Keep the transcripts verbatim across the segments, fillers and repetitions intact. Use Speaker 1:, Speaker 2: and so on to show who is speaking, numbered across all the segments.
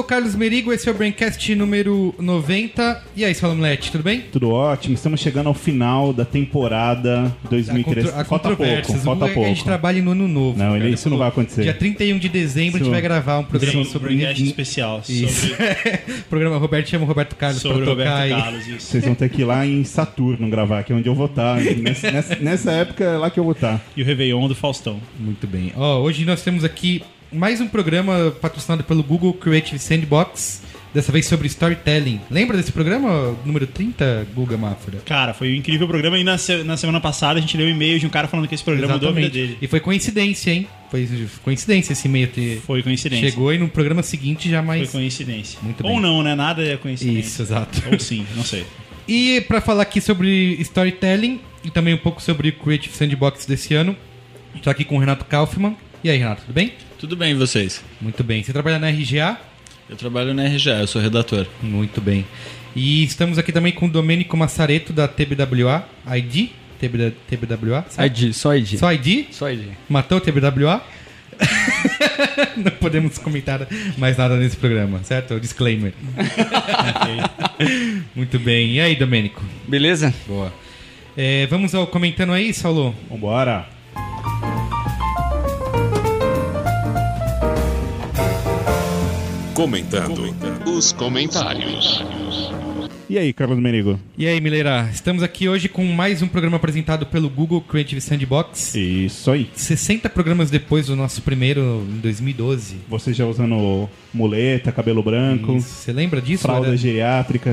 Speaker 1: Carlos Merigo, esse é o Braincast número noventa. E aí, Salomlete, tudo bem?
Speaker 2: Tudo ótimo, estamos chegando ao final da temporada dois mil e treze.
Speaker 1: A
Speaker 2: Falta pouco, falta
Speaker 1: o,
Speaker 2: pouco.
Speaker 1: A gente trabalha no ano novo.
Speaker 2: Não, ele,
Speaker 1: cara.
Speaker 2: isso não vai acontecer.
Speaker 1: Dia trinta e um de dezembro isso... a gente vai gravar um programa
Speaker 3: Sim,
Speaker 1: sobre...
Speaker 3: um Braincast especial.
Speaker 1: Isso.
Speaker 3: Sobre...
Speaker 1: programa Roberto, chama o Roberto Carlos
Speaker 3: sobre
Speaker 1: pra tocar
Speaker 3: Roberto
Speaker 1: aí.
Speaker 3: Carlos, isso.
Speaker 2: Vocês vão ter que ir lá em Saturno gravar, que é onde eu vou estar. Nessa, nessa, nessa época é lá que eu vou estar.
Speaker 3: E o Réveillon do Faustão.
Speaker 1: Muito bem. Ó, hoje nós temos aqui mais um programa patrocinado pelo Google Creative Sandbox, dessa vez sobre storytelling. Lembra desse programa, número trinta, Guga Mafra?
Speaker 3: Cara, foi um incrível programa e na, se- na semana passada a gente leu um e-mail de um cara falando que esse programa mudou a vida dele.
Speaker 1: E foi coincidência, hein? Foi coincidência esse e-mail ter...
Speaker 3: Foi coincidência.
Speaker 1: Chegou e no programa seguinte já mais...
Speaker 3: Foi coincidência.
Speaker 1: Muito
Speaker 3: Ou
Speaker 1: bem.
Speaker 3: não, né? Nada é coincidência.
Speaker 1: Isso, exato.
Speaker 3: Ou sim, não sei.
Speaker 1: E pra falar aqui sobre storytelling e também um pouco sobre o Creative Sandbox desse ano, tô aqui com o Renato Kaufmann. E aí, Renato, tudo bem?
Speaker 4: Tudo bem, e vocês?
Speaker 1: Muito bem. Você trabalha na R G A?
Speaker 4: Eu trabalho na R G A, eu sou redator.
Speaker 1: Muito bem. E estamos aqui também com o Domênico Massareto, da T B W A, I D, T B W A,
Speaker 5: I D, só I D.
Speaker 1: Só I D?
Speaker 5: Só I D.
Speaker 1: Matou o T B W A? Não podemos comentar mais nada nesse programa, certo? O disclaimer. Muito bem. E aí, Domênico?
Speaker 5: Beleza?
Speaker 1: Boa. É, vamos ao comentando aí, Saulo?
Speaker 2: Vambora.
Speaker 6: Comentando os comentários.
Speaker 2: E aí, Carlos Merigo?
Speaker 1: E aí, Mileira? Estamos aqui hoje com mais um programa apresentado pelo Google Creative Sandbox.
Speaker 2: Isso aí.
Speaker 1: sessenta programas depois do nosso primeiro, em dois mil e doze.
Speaker 2: Você já usando muleta, cabelo branco,
Speaker 1: Isso. Você lembra disso?
Speaker 2: fralda
Speaker 1: Era-
Speaker 2: geriátrica.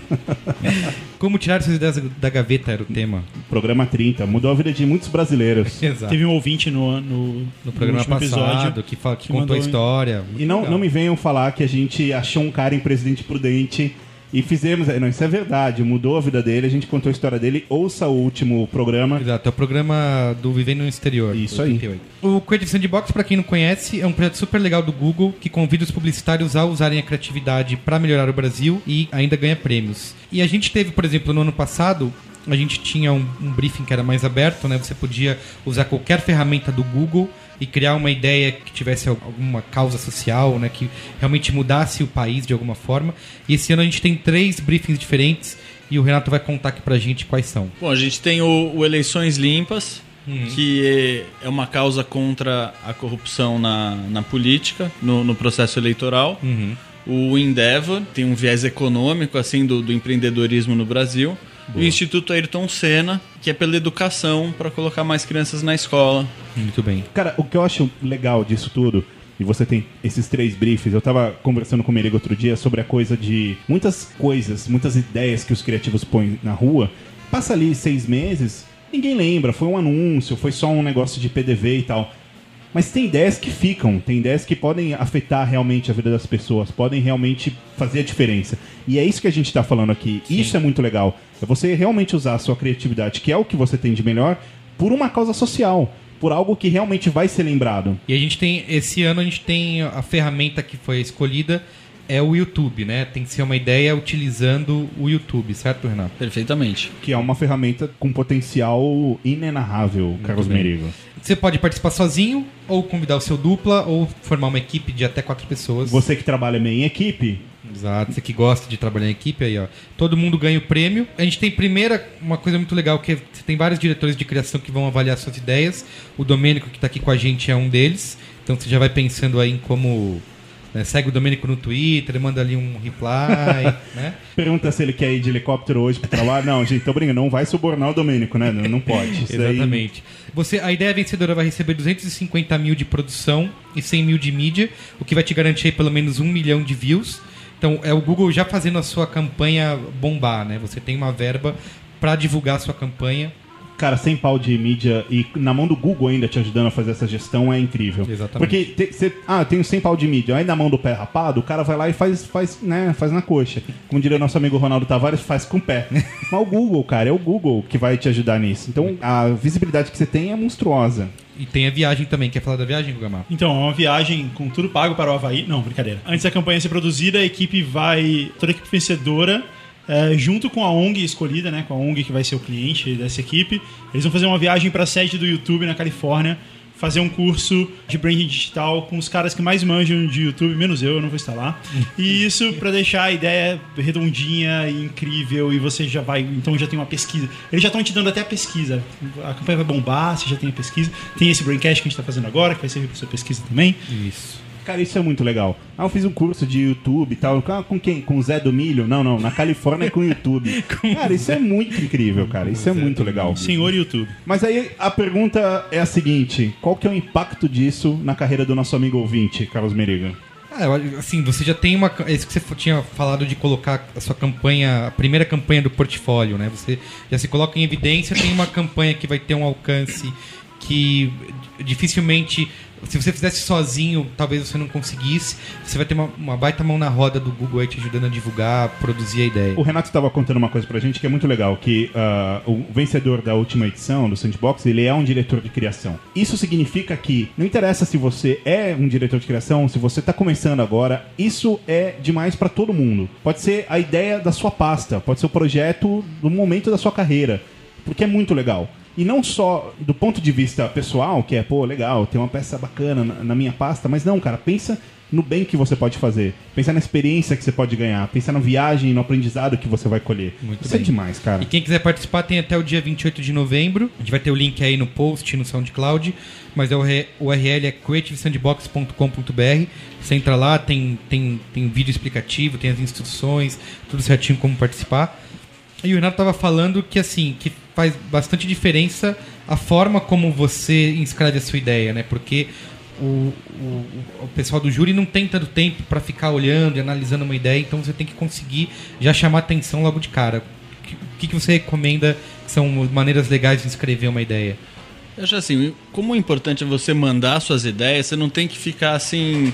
Speaker 1: Como tirar suas ideias da gaveta era o tema.
Speaker 2: Programa trinta. Mudou a vida de muitos brasileiros.
Speaker 1: Exato.
Speaker 3: Teve um ouvinte no, no,
Speaker 1: No programa
Speaker 3: último
Speaker 1: passado,
Speaker 3: episódio
Speaker 1: que, fala, que
Speaker 3: que
Speaker 1: contou a
Speaker 3: mandou-
Speaker 1: história. Muito
Speaker 2: E não,
Speaker 1: legal.
Speaker 2: não me venham falar que a gente achou um cara em Presidente Prudente e fizemos... Não, isso é verdade. Mudou a vida dele, a gente contou a história dele. Ouça o último programa.
Speaker 1: Exato, é o programa do Vivendo no Exterior.
Speaker 2: Isso
Speaker 1: do
Speaker 2: aí.
Speaker 1: trinta e oito. O Creative Sandbox, pra quem não conhece, é um projeto super legal do Google que convida os publicitários a usarem a criatividade pra melhorar o Brasil e ainda ganha prêmios. E a gente teve, por exemplo, no ano passado, a gente tinha um, um briefing que era mais aberto, né? Você podia usar qualquer ferramenta do Google e criar uma ideia que tivesse alguma causa social, né? Que realmente mudasse o país de alguma forma. E esse ano a gente tem três briefings diferentes e o Renato vai contar aqui pra gente quais são.
Speaker 4: Bom, a gente tem o, o Eleições Limpas, que é, é uma causa contra a corrupção na, na política, no, no processo eleitoral.
Speaker 1: Uhum.
Speaker 4: O Endeavor tem um viés econômico assim do, do empreendedorismo no Brasil.
Speaker 1: Boa.
Speaker 4: O Instituto Ayrton Senna, que é pela educação, para colocar mais crianças na escola.
Speaker 1: Muito bem.
Speaker 2: Cara, o que eu acho legal disso tudo, e você tem esses três briefs, eu tava conversando com o Merigo outro dia sobre a coisa de muitas coisas, muitas ideias que os criativos põem na rua, passa ali seis meses, ninguém lembra, foi um anúncio, foi só um negócio de P D V e tal. Mas tem ideias que ficam, tem ideias que podem afetar realmente a vida das pessoas, podem realmente fazer a diferença. E é isso que a gente tá falando aqui.
Speaker 1: Sim.
Speaker 2: Isso é muito legal. É você realmente usar a sua criatividade, que é o que você tem de melhor, por uma causa social, por algo que realmente vai ser lembrado.
Speaker 1: E a gente tem, esse ano a gente tem a ferramenta que foi escolhida, é o YouTube, né? Tem que ser uma ideia utilizando o YouTube, certo, Renato?
Speaker 4: Perfeitamente.
Speaker 2: Que é uma ferramenta com potencial inenarrável, Carlos
Speaker 1: bem.
Speaker 2: Merigo.
Speaker 1: Você pode participar sozinho, ou convidar o seu dupla, ou formar uma equipe de até quatro pessoas.
Speaker 2: Você que trabalha bem em equipe,
Speaker 1: Exato, você que gosta de trabalhar em equipe, aí ó. Todo mundo ganha o prêmio. A gente tem primeira, uma coisa muito legal, que você tem vários diretores de criação que vão avaliar suas ideias. O Domênico, que tá aqui com a gente, é um deles. Então você já vai pensando aí em como... né, segue o Domênico no Twitter, manda ali um reply, né?
Speaker 2: pergunta se ele quer ir de helicóptero hoje pro trabalho. Não, gente, tô brincando, não vai subornar o Domênico, né? Não, não pode. Isso daí-
Speaker 1: Exatamente. Você, a ideia vencedora vai receber duzentos e cinquenta mil de produção e cem mil de mídia, o que vai te garantir aí pelo menos um milhão de views. Então, é o Google já fazendo a sua campanha bombar, né? Você tem uma verba para divulgar a sua campanha.
Speaker 2: Cara, sem pau de mídia e na mão do Google ainda te ajudando a fazer essa gestão é incrível.
Speaker 1: Exatamente.
Speaker 2: Porque te, cê, ah, eu tenho cem pau de mídia, aí na mão do pé rapado, o cara vai lá e faz, faz, né, faz na coxa. Como diria nosso amigo Ronaldo Tavares, faz com o pé. Mas o Google, cara, é o Google que vai te ajudar nisso. Então, a visibilidade que você tem é monstruosa.
Speaker 1: E tem a viagem também. Quer falar da viagem, Gugamar?
Speaker 3: Então, é uma viagem com tudo pago para o Havaí. Não, brincadeira. Antes da campanha ser produzida, a equipe vai... Toda a equipe vencedora, é, junto com a O N G escolhida, né? Com a O N G que vai ser o cliente dessa equipe, eles vão fazer uma viagem para a sede do YouTube na Califórnia, fazer um curso de branding digital com os caras que mais manjam de YouTube, menos eu, eu não vou estar lá. E isso para deixar a ideia redondinha e incrível, e você já vai, então já tem uma pesquisa. Eles já estão te dando até a pesquisa. A campanha vai bombar, você já tem a pesquisa. Tem esse Braincast que a gente está fazendo agora, que vai servir para sua pesquisa também.
Speaker 1: Isso.
Speaker 2: Cara, isso é muito legal. Ah, eu fiz um curso de YouTube e tal. Ah, com quem? Com o Zé do Milho? Não, não. Na Califórnia é com o YouTube. Cara, isso é muito incrível, cara. Isso é muito legal.
Speaker 3: Senhor YouTube.
Speaker 2: Mas aí a pergunta é a seguinte. Qual que é o impacto disso na carreira do nosso amigo ouvinte, Carlos Meriga?
Speaker 1: Ah, eu- assim, você já tem uma... É isso que você f- tinha falado de colocar a sua campanha, a primeira campanha do portfólio, né? Você já se coloca em evidência, tem uma campanha que vai ter um alcance que dificilmente... Se você fizesse sozinho, talvez você não conseguisse. Você vai ter uma, uma baita mão na roda do Google aí te ajudando a divulgar, produzir a ideia.
Speaker 2: O Renato estava contando uma coisa pra gente que é muito legal, que ah, o vencedor da última edição do Sandbox, ele é um diretor de criação. Isso significa que não interessa se você é um diretor de criação, se você está começando agora, isso é demais para todo mundo. Pode ser a ideia da sua pasta, pode ser o projeto do momento da sua carreira, porque é muito legal. E não só do ponto de vista pessoal, que é, pô, legal, tem uma peça bacana na, na minha pasta, mas não, cara, pensa no bem que você pode fazer, pensa na experiência que você pode ganhar, pensa na viagem, no aprendizado que você vai colher.
Speaker 1: Muito
Speaker 2: Isso
Speaker 1: bem.
Speaker 2: é demais, cara.
Speaker 1: E quem quiser participar tem até o dia vinte e oito de novembro. A gente vai ter o link aí no post, no SoundCloud. Mas é o re- o U R L é creative sandbox ponto com ponto b r. Você entra lá, tem, tem, tem um vídeo explicativo, tem as instruções, tudo certinho como participar. E o Renato estava falando que, assim, que faz bastante diferença a forma como você inscreve a sua ideia, né? Porque o, o, o pessoal do júri não tem tanto tempo para ficar olhando e analisando uma ideia, então você tem que conseguir já chamar atenção logo de cara. O que, que você recomenda que são maneiras legais de escrever uma ideia?
Speaker 4: Eu acho assim, como o importante é você mandar suas ideias, você não tem que ficar assim...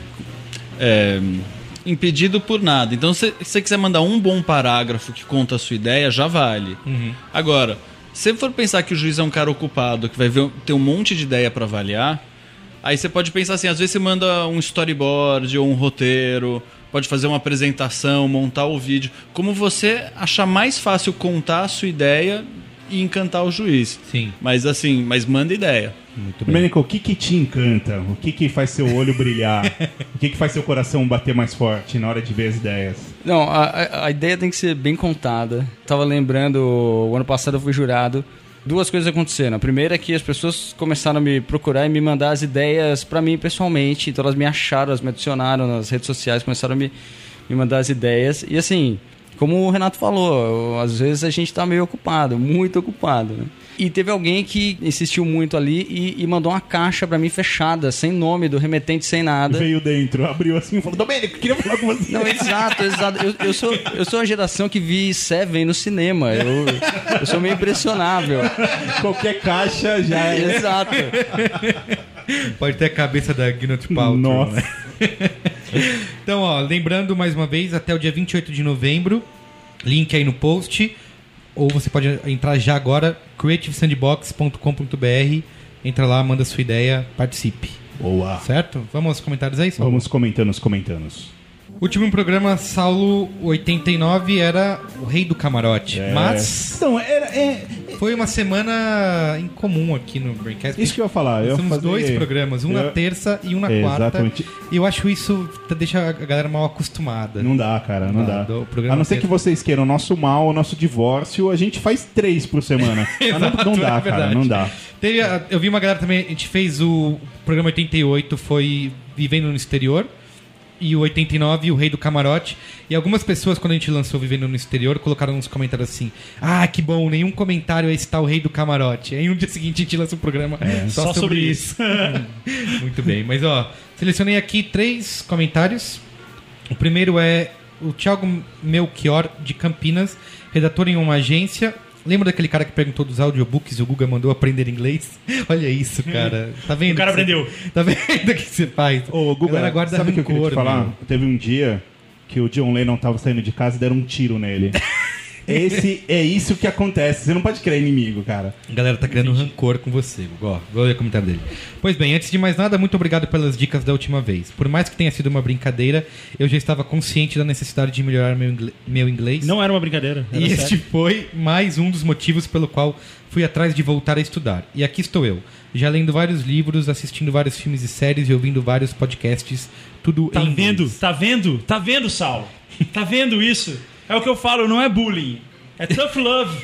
Speaker 4: é, impedido por nada. Então, se você quiser mandar um bom parágrafo que conta a sua ideia, já vale.
Speaker 1: Uhum.
Speaker 4: Agora, se você for pensar que o juiz é um cara ocupado, que vai ver, ter um monte de ideia para avaliar, aí você pode pensar assim, às vezes você manda um storyboard ou um roteiro, pode fazer uma apresentação, montar o vídeo. Como você achar mais fácil contar a sua ideia e encantar o juiz.
Speaker 1: Sim.
Speaker 4: Mas assim, mas manda ideia.
Speaker 1: Muito bem.
Speaker 2: Domênico, o que que te encanta? O que que faz seu olho brilhar? O que que faz seu coração bater mais forte na hora de ver as ideias?
Speaker 5: Não, a, a- a ideia tem que ser bem contada. Tava lembrando, o ano passado eu fui jurado. Duas coisas aconteceram. A primeira é que as pessoas começaram a me procurar e me mandar as ideias pra mim pessoalmente. Então elas me acharam, elas me adicionaram nas redes sociais, começaram a me, me mandar as ideias. E assim, como o Renato falou, às vezes a gente tá meio ocupado, muito ocupado, né? E teve alguém que insistiu muito ali e, e mandou uma caixa pra mim fechada, sem nome do remetente, sem nada.
Speaker 2: Veio dentro, abriu assim e falou, Domênico, queria falar com você.
Speaker 5: Não, exato, exato. Eu, eu, sou, eu sou a geração que vi Seven no cinema. Eu, eu sou meio impressionável.
Speaker 2: Qualquer caixa já é...
Speaker 5: Exato.
Speaker 1: Pode ter a cabeça da Gwyneth Paltrow,
Speaker 2: Nossa.
Speaker 1: né? Então, ó, lembrando mais uma vez, até o dia vinte e oito de novembro, link aí no post, ou você pode entrar já agora, creative sandbox ponto com ponto b r, entra lá, manda sua ideia, participe.
Speaker 2: Boa.
Speaker 1: Certo? Vamos aos comentários aí, Saulo?
Speaker 2: Vamos comentando os comentando.
Speaker 1: Último programa, Saulo oitenta e nove, era o rei do camarote. Mas
Speaker 2: Então, era, é,
Speaker 1: foi uma semana incomum aqui no Braincast.
Speaker 2: isso que eu ia falar. Eu ia
Speaker 1: Temos
Speaker 2: fazer-
Speaker 1: dois programas, um na
Speaker 2: eu-
Speaker 1: terça e um na
Speaker 2: É,
Speaker 1: quarta.
Speaker 2: exatamente.
Speaker 1: E eu acho isso tá- deixa a galera mal acostumada.
Speaker 2: Não dá, cara, não
Speaker 1: Não
Speaker 2: dá.
Speaker 1: dá, do programa
Speaker 2: A não ser
Speaker 1: terça.
Speaker 2: que vocês queiram o nosso mal, o nosso divórcio, a gente faz três por semana. Mas não,
Speaker 1: Exato,
Speaker 2: não dá,
Speaker 1: é
Speaker 2: cara,
Speaker 1: verdade.
Speaker 2: não dá.
Speaker 1: Teve a- eu vi uma galera também, a gente fez o programa oitenta e oito, foi Vivendo no Exterior, e o oitenta e nove, o Rei do Camarote. E algumas pessoas, quando a gente lançou Vivendo no Exterior, colocaram nos comentários assim: ah, que bom, nenhum comentário aí está o Rei do Camarote. Aí no dia seguinte a gente lança um programa só,
Speaker 3: só
Speaker 1: sobre,
Speaker 3: sobre
Speaker 1: isso. Muito bem, mas ó, selecionei aqui três comentários. O primeiro é o Thiago Melchior, de Campinas, redator em uma agência. Lembra daquele cara que perguntou dos audiobooks e o Guga mandou aprender inglês? Olha isso, cara. Tá vendo?
Speaker 3: O cara
Speaker 1: que você-
Speaker 3: aprendeu.
Speaker 1: Tá vendo o que você faz?
Speaker 2: Ô, Guga,
Speaker 1: Galera, guarda
Speaker 2: sabe o que eu queria te
Speaker 1: rancor,
Speaker 2: falar?
Speaker 1: meu.
Speaker 2: Teve um dia que o John Lennon tava saindo de casa e deram um tiro nele. Esse, é isso que acontece. Você não pode criar inimigo, cara.
Speaker 1: A galera tá criando um rancor com você, Gugu. Ó, vou ler o comentário dele. Pois bem, antes de mais nada, muito obrigado pelas dicas da última vez. Por mais que tenha sido uma brincadeira, eu já estava consciente da necessidade de melhorar meu inglês. Meu inglês.
Speaker 3: Não era uma brincadeira. Era
Speaker 1: E este
Speaker 3: sério.
Speaker 1: foi mais um dos motivos pelo qual fui atrás de voltar a estudar. E aqui estou eu, já lendo vários livros, assistindo vários filmes e séries e ouvindo vários podcasts, tudo
Speaker 3: Tá
Speaker 1: em
Speaker 3: vendo?
Speaker 1: inglês.
Speaker 3: Tá vendo? Tá vendo, Saulo? Tá vendo isso? É o que eu falo, não é bullying. É tough love.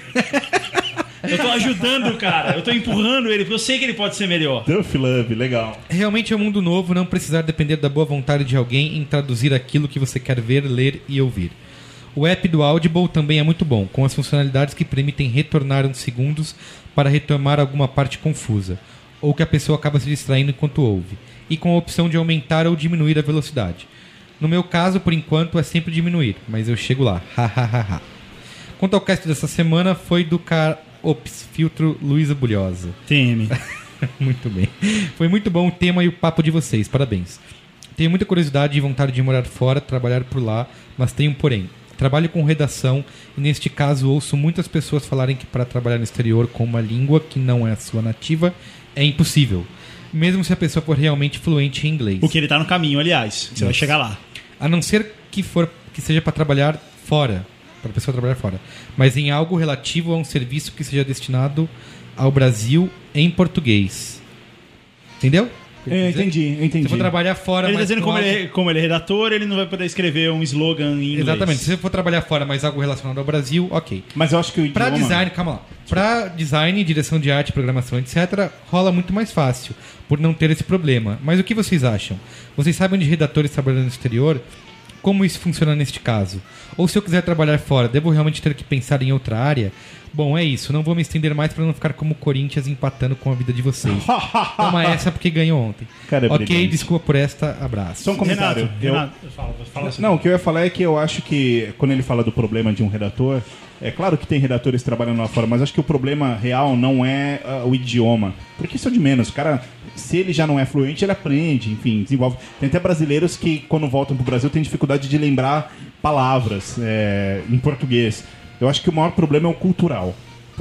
Speaker 3: Eu tô ajudando o cara. Eu tô empurrando ele, porque eu sei que ele pode ser melhor.
Speaker 2: Tough love, legal.
Speaker 1: Realmente é um mundo novo, não precisar depender da boa vontade de alguém em traduzir aquilo que você quer ver, ler e ouvir. O app do Audible também é muito bom, com as funcionalidades que permitem retornar uns segundos para retomar alguma parte confusa, ou que a pessoa acaba se distraindo enquanto ouve, e com a opção de aumentar ou diminuir a velocidade. No meu caso, por enquanto, é sempre diminuir, mas eu chego lá. Hahaha. Quanto ao cast dessa semana, foi do cara... Ops, filtro Luísa Bulhosa.
Speaker 3: T M.
Speaker 1: Muito bem. Foi muito bom o tema e o papo de vocês. Parabéns. Tenho muita curiosidade e vontade de morar fora, trabalhar por lá, mas tenho um porém. Trabalho com redação e, neste caso, ouço muitas pessoas falarem que para trabalhar no exterior com uma língua que não é a sua nativa é impossível, mesmo se a pessoa for realmente fluente em inglês.
Speaker 3: O que ele tá no caminho, aliás. Você vai chegar lá.
Speaker 1: A não ser que, for, que seja para trabalhar fora, para a pessoa trabalhar fora, mas em algo relativo a um serviço que seja destinado ao Brasil em português. Entendeu?
Speaker 2: É, entendi, entendi.
Speaker 1: Se for trabalhar fora,
Speaker 3: Ele tá
Speaker 1: mas
Speaker 3: dizendo
Speaker 1: com
Speaker 3: como
Speaker 1: algo-
Speaker 3: ele, como ele é redator, ele não vai poder escrever um slogan em inglês.
Speaker 1: Exatamente. Se você for trabalhar fora, mas algo relacionado ao Brasil, ok.
Speaker 2: Mas eu acho que o
Speaker 1: Pra
Speaker 2: idioma...
Speaker 1: design, calma lá. Pra design, direção de arte, programação, etcétera, rola muito mais fácil, por não ter esse problema. Mas o que vocês acham? Vocês sabem de redatores trabalhando no exterior? Como isso funciona neste caso? Ou se eu quiser trabalhar fora, devo realmente ter que pensar em outra área? Bom, é isso. Não vou me estender mais para não ficar como o Corinthians empatando com a vida de vocês. Toma essa porque ganhou ontem.
Speaker 2: Cara, é
Speaker 1: ok,
Speaker 2: brilhante.
Speaker 1: desculpa por esta. Abraço.
Speaker 2: Só um comentário.
Speaker 3: Renato,
Speaker 2: Eu-
Speaker 3: Renato, fala, fala assim.
Speaker 2: Não, o que eu ia falar é que eu acho que quando ele fala do problema de um redator, é claro que tem redatores trabalhando lá fora, mas acho que o problema real não é ah, o idioma. Porque isso é de menos. O cara, se ele já não é fluente, ele aprende, enfim, desenvolve. Tem até brasileiros que, quando voltam pro Brasil, têm dificuldade de lembrar palavras é, em português. Eu acho que o maior problema é o cultural.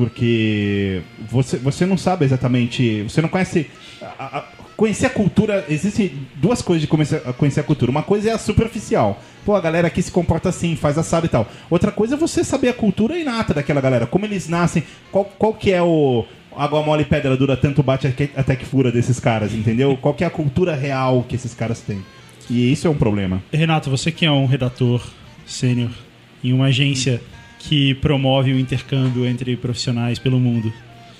Speaker 2: Porque você, você não sabe exatamente. Você não conhece. A, a, conhecer a cultura. Existem duas coisas de conhecer, conhecer a cultura. Uma coisa é a superficial. Pô, a galera aqui se comporta assim, faz assado e tal. Outra coisa é você saber a cultura inata daquela galera. Como eles nascem. Qual, qual que é o. Água mole e pedra dura, tanto bate até que fura desses caras, entendeu? Qual que é a cultura real que esses caras têm. E isso é um problema.
Speaker 3: Renato, você que é um redator sênior em uma agência que promove o intercâmbio entre profissionais pelo mundo,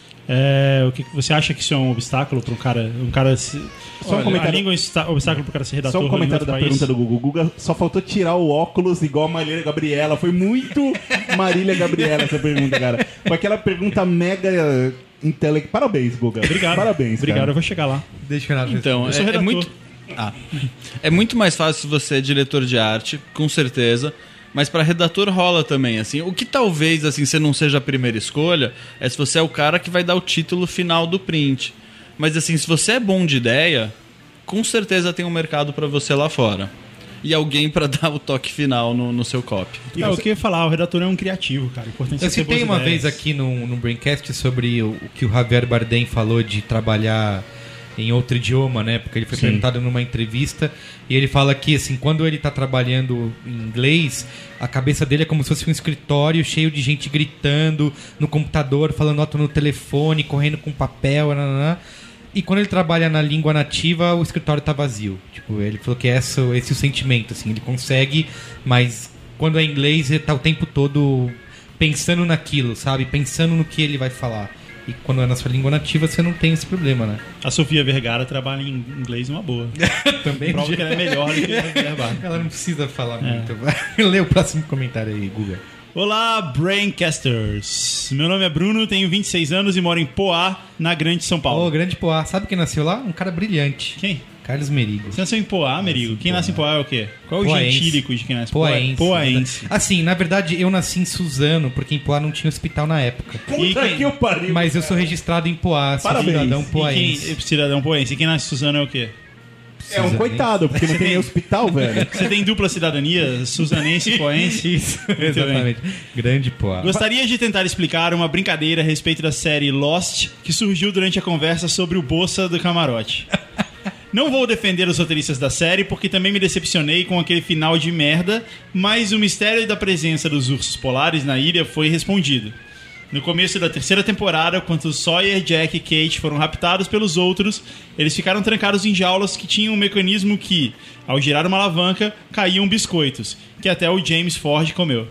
Speaker 3: é, o que que você acha que isso é um obstáculo para um cara, um cara se,
Speaker 2: Só um
Speaker 3: Olha,
Speaker 2: comentário-
Speaker 3: a língua é um obstáculo para o cara ser redator
Speaker 2: Só um comentário
Speaker 3: em
Speaker 2: da
Speaker 3: outro país?
Speaker 2: pergunta do Gugu. Guga só faltou tirar o óculos igual a Marília Gabriela. Foi muito Marília Gabriela essa pergunta, cara. Foi aquela pergunta mega intelectual. Parabéns, Guga.
Speaker 3: Obrigado.
Speaker 2: Parabéns,
Speaker 3: Obrigado, eu
Speaker 2: cara.
Speaker 3: vou chegar lá.
Speaker 1: Deixa o Renato
Speaker 4: Então,
Speaker 3: Eu sou
Speaker 4: é, é
Speaker 3: redator.
Speaker 4: muito. Ah. É muito mais fácil se você é diretor de arte, com certeza. Mas para redator rola também, assim. O que talvez assim você não seja a primeira escolha é se você é o cara que vai dar o título final do print. Mas assim, se você é bom de ideia, com certeza tem um mercado para você lá fora. E alguém para dar o toque final no, no seu copy.
Speaker 3: É, o que eu ia falar, o redator é um criativo, cara. Importante
Speaker 1: Eu
Speaker 3: você ter
Speaker 1: citei
Speaker 3: boas
Speaker 1: uma
Speaker 3: ideias.
Speaker 1: vez aqui no, no Braincast sobre o, o que o Javier Bardem falou de trabalhar em outro idioma, né? Porque ele foi
Speaker 2: Sim.
Speaker 1: perguntado numa entrevista e ele fala que, assim, quando ele tá trabalhando em inglês, a cabeça dele é como se fosse um escritório cheio de gente gritando no computador, falando nota no telefone, correndo com papel, nananã. E quando ele trabalha na língua nativa, o escritório tá vazio. Tipo, ele falou que é esse, esse é o sentimento, assim. Ele consegue, mas quando é inglês, ele tá o tempo todo pensando naquilo, sabe? Pensando no que ele vai falar. E quando é na sua língua nativa, você não tem esse problema, né?
Speaker 3: A Sofia Vergara trabalha em inglês numa boa.
Speaker 1: Também.
Speaker 3: Prova que ela é melhor do que a Vergara.
Speaker 1: Ela não precisa falar muito. Lê o próximo comentário aí, Guga.
Speaker 3: Olá, Braincasters. Meu nome é Bruno, tenho vinte e seis anos e moro em Poá, na Grande São
Speaker 1: Ô,
Speaker 3: Paulo.
Speaker 1: grande Poá. Sabe quem nasceu lá? Um cara brilhante.
Speaker 3: Quem?
Speaker 1: Carlos Merigo.
Speaker 3: Você nasceu em Poá, Merigo? Quem nasce em Poá é o quê? Qual é o
Speaker 1: Poaense.
Speaker 3: gentílico de quem nasce em
Speaker 1: Poaense.
Speaker 3: Poá? Poaense.
Speaker 1: Assim, na verdade, eu nasci em Suzano, porque em Poá não tinha hospital na época.
Speaker 3: E
Speaker 2: Puta
Speaker 3: quem-
Speaker 2: que o pariu.
Speaker 1: Mas eu sou registrado em Poá, sou
Speaker 2: Parabéns.
Speaker 1: cidadão
Speaker 3: E
Speaker 1: poaense.
Speaker 3: quem, cidadão poense. E quem nasce em Suzano é o quê?
Speaker 2: É um coitado, porque não tem nem hospital, velho.
Speaker 3: Você tem dupla cidadania, suzanense e poense.
Speaker 1: Isso, exatamente. Grande poá.
Speaker 3: Gostaria de tentar explicar uma brincadeira a respeito da série Lost que surgiu durante a conversa sobre o Bolsa do Camarote. Não vou defender os roteiristas da série, porque também me decepcionei com aquele final de merda, mas o mistério da presença dos ursos polares na ilha foi respondido. No começo da terceira temporada, quando Sawyer, Jack e Kate foram raptados pelos outros, eles ficaram trancados em jaulas que tinham um mecanismo que, ao girar uma alavanca, caíam biscoitos, que até o James Ford comeu.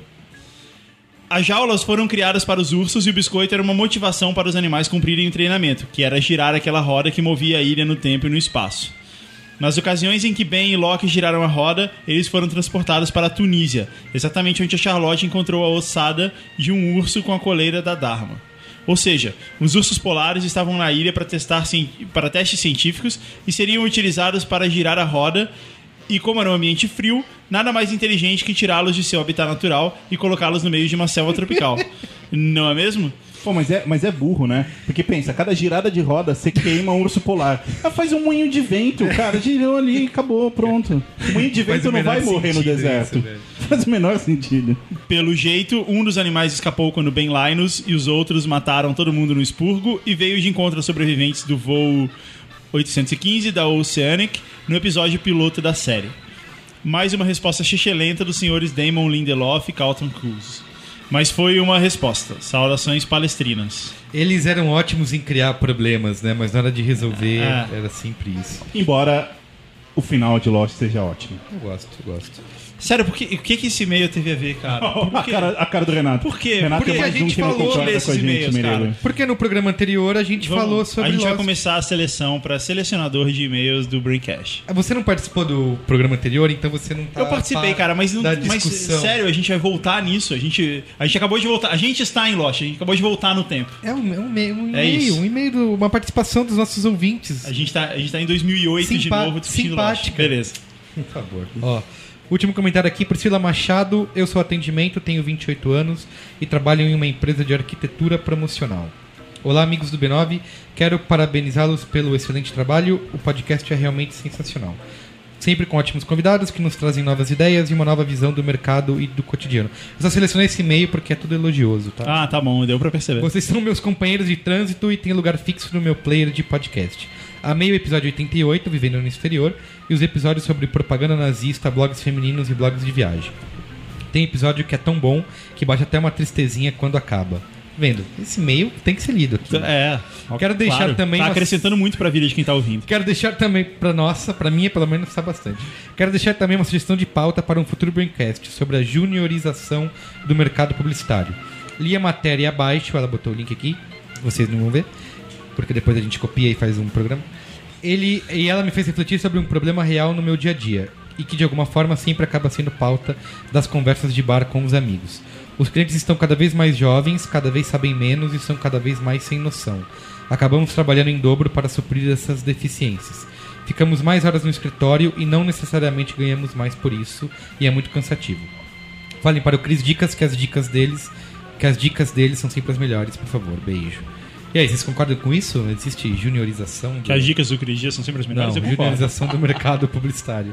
Speaker 3: As jaulas foram criadas para os ursos e o biscoito era uma motivação para os animais cumprirem o treinamento, que era girar aquela roda que movia a ilha no tempo e no espaço. Nas ocasiões em que Ben e Locke giraram a roda, eles foram transportados para a Tunísia, exatamente onde a Charlotte encontrou a ossada de um urso com a coleira da Dharma. Ou seja, os ursos polares estavam na ilha para, testar, para testes científicos e seriam utilizados para girar a roda. E como era um ambiente frio, nada mais inteligente que tirá-los de seu habitat natural e colocá-los no meio de uma selva tropical. Não é mesmo?
Speaker 2: Pô, mas é, mas é burro, né? Porque pensa, cada girada de roda você queima um urso polar. Ah, faz um moinho de vento, cara. Girou ali, acabou, pronto. O moinho de vento não vai morrer no deserto. Isso, faz o menor sentido.
Speaker 3: Pelo jeito, um dos animais escapou quando Ben Linus e os outros mataram todo mundo no expurgo e veio de encontro aos sobreviventes do voo oitocentos e quinze da Oceanic no episódio piloto da série. Mais uma resposta xixelenta dos senhores Damon Lindelof e Carlton Cuse. Mas foi uma resposta. Saudações palestrinas.
Speaker 1: Eles eram ótimos em criar problemas, né? Mas na hora de resolver,
Speaker 3: Ah.
Speaker 1: era sempre isso.
Speaker 2: Embora o final de Lost seja ótimo.
Speaker 1: Eu gosto, eu gosto.
Speaker 3: Sério, por que, o que, que esse e-mail teve a ver, cara? Por
Speaker 2: A
Speaker 3: quê?
Speaker 2: cara, a cara do Renato.
Speaker 3: Por quê?
Speaker 2: Renato
Speaker 3: Porque
Speaker 2: é mais
Speaker 3: a gente
Speaker 2: um que não
Speaker 3: falou
Speaker 2: concorda
Speaker 3: desses
Speaker 2: com a gente,
Speaker 3: e-mails,
Speaker 2: Merigo.
Speaker 3: cara.
Speaker 1: Porque no programa anterior a gente
Speaker 3: Vamos-
Speaker 1: falou sobre
Speaker 3: A gente vai
Speaker 1: Lost.
Speaker 3: começar a seleção para selecionador de e-mails do Braincast.
Speaker 1: Você não participou do programa anterior, então você não tá
Speaker 3: Eu participei,
Speaker 1: a par
Speaker 3: cara, mas, não,
Speaker 1: da
Speaker 3: mas
Speaker 1: discussão.
Speaker 3: sério, a gente vai voltar nisso. A gente, a gente acabou de voltar. A gente está em Lost, a gente acabou de voltar no tempo.
Speaker 1: É um, é um, e- um
Speaker 3: É
Speaker 1: e-mail,
Speaker 3: isso.
Speaker 1: um e-mail, do- uma participação dos nossos ouvintes.
Speaker 3: A gente tá, a gente tá em dois mil e oito de
Speaker 1: Simpa-
Speaker 3: novo discutindo
Speaker 1: simpática.
Speaker 3: Lost. Beleza.
Speaker 1: Por favor. Ó, último comentário aqui, Priscila Machado. Eu sou atendimento, tenho vinte e oito anos e trabalho em uma empresa de arquitetura promocional. Olá, amigos do B nove. Quero parabenizá-los pelo excelente trabalho. O podcast é realmente sensacional. Sempre com ótimos convidados que nos trazem novas ideias e uma nova visão do mercado e do cotidiano. Eu só selecionei esse e-mail porque é tudo elogioso, tá?
Speaker 3: Ah, tá bom, deu pra perceber.
Speaker 1: Vocês são meus companheiros de trânsito e têm lugar fixo no meu player de podcast. Amei o episódio oitenta e oito, Vivendo no Exterior, e os episódios sobre propaganda nazista, blogs femininos e blogs de viagem. Tem episódio que é tão bom que bate até uma tristezinha quando acaba. Vendo? Esse e-mail tem que ser lido aqui.
Speaker 3: É.
Speaker 1: Quero deixar
Speaker 3: claro,
Speaker 1: também
Speaker 3: Tá
Speaker 1: uma-
Speaker 3: acrescentando muito pra vida de quem tá ouvindo.
Speaker 1: Quero deixar também, pra nossa, pra minha pelo menos, está bastante. Quero deixar também uma sugestão de pauta para um futuro Braincast sobre a juniorização do mercado publicitário. Li a matéria abaixo, ela botou o link aqui, vocês não vão ver, porque depois a gente copia e faz um programa. Ele, e ela me fez refletir sobre um problema real no meu dia a dia, e que de alguma forma sempre acaba sendo pauta das conversas de bar com os amigos. Os clientes estão cada vez mais jovens, cada vez sabem menos e são cada vez mais sem noção. Acabamos trabalhando em dobro para suprir essas deficiências. Ficamos mais horas no escritório e não necessariamente ganhamos mais por isso, e é muito cansativo. Falem para o Cris Dicas que as dicas deles, que as dicas deles são sempre as melhores, por favor. Beijo. E aí, vocês concordam com isso? Existe juniorização? Do...
Speaker 3: Que as dicas do Cris Dias são sempre as
Speaker 1: Não,
Speaker 3: melhores. eu concordo.
Speaker 1: juniorização do mercado publicitário.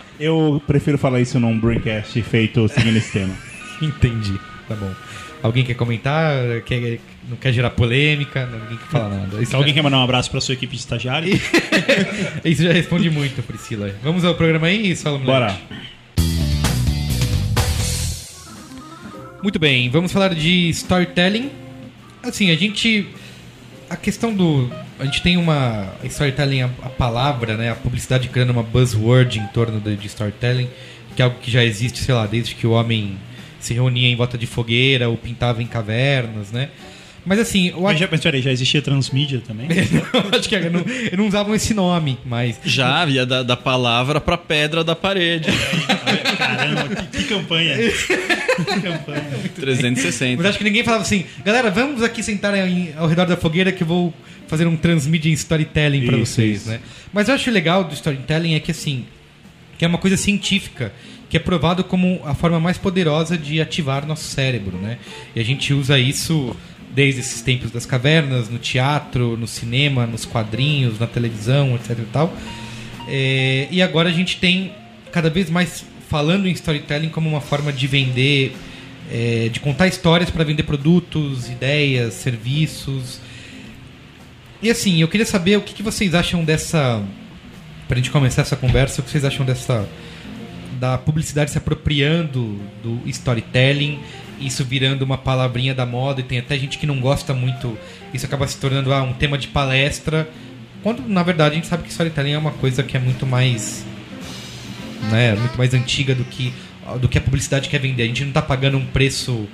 Speaker 2: Eu prefiro falar isso num Braincast feito seguindo esse tema.
Speaker 1: Entendi, tá bom. Alguém quer comentar? Quer, não quer gerar polêmica? Ninguém quer falar nada. Isso
Speaker 3: Alguém
Speaker 1: já,
Speaker 3: quer mandar um abraço pra sua equipe de estagiário?
Speaker 1: isso já responde muito, Priscila. Vamos ao programa aí, Solo
Speaker 2: Bora.
Speaker 1: Muito bem, vamos falar de storytelling. Assim, a gente... A questão do... A gente tem uma... Storytelling, a, a palavra, né? A publicidade criando uma buzzword em torno de, de storytelling, que é algo que já existe, sei lá, desde que o homem se reunia em volta de fogueira ou pintava em cavernas, né? Mas assim... Eu
Speaker 3: Mas,
Speaker 1: acho,
Speaker 3: já, mas peraí, já existia transmídia também?
Speaker 1: eu acho que eu não, eu não usavam esse nome, mas...
Speaker 4: Já ia da, da palavra pra pedra da parede.
Speaker 3: Caramba, que, que campanha. Que campanha.
Speaker 4: trezentos e sessenta.
Speaker 1: Mas acho que ninguém falava assim, galera, vamos aqui sentar em- ao redor da fogueira que eu vou fazer um transmídia em storytelling pra
Speaker 2: Isso,
Speaker 1: vocês,
Speaker 2: isso.
Speaker 1: né? Mas eu acho legal do storytelling é que assim, que é uma coisa científica, que é provado como a forma mais poderosa de ativar nosso cérebro, né? E a gente usa isso desde esses tempos das cavernas, no teatro, no cinema, nos quadrinhos, na televisão, etc e tal. É, e agora a gente tem cada vez mais falando em storytelling como uma forma de vender, é, de contar histórias para vender produtos, ideias, serviços. E assim, eu queria saber o que, que vocês acham dessa... Pra gente começar essa conversa, o que vocês acham dessa... da publicidade se apropriando do storytelling, isso virando uma palavrinha da moda, e tem até gente que não gosta muito, isso acaba se tornando ah, um tema de palestra, quando na verdade a gente sabe que storytelling é uma coisa que é muito mais, né, muito mais antiga do que, do que a publicidade quer vender. A gente não está pagando um preço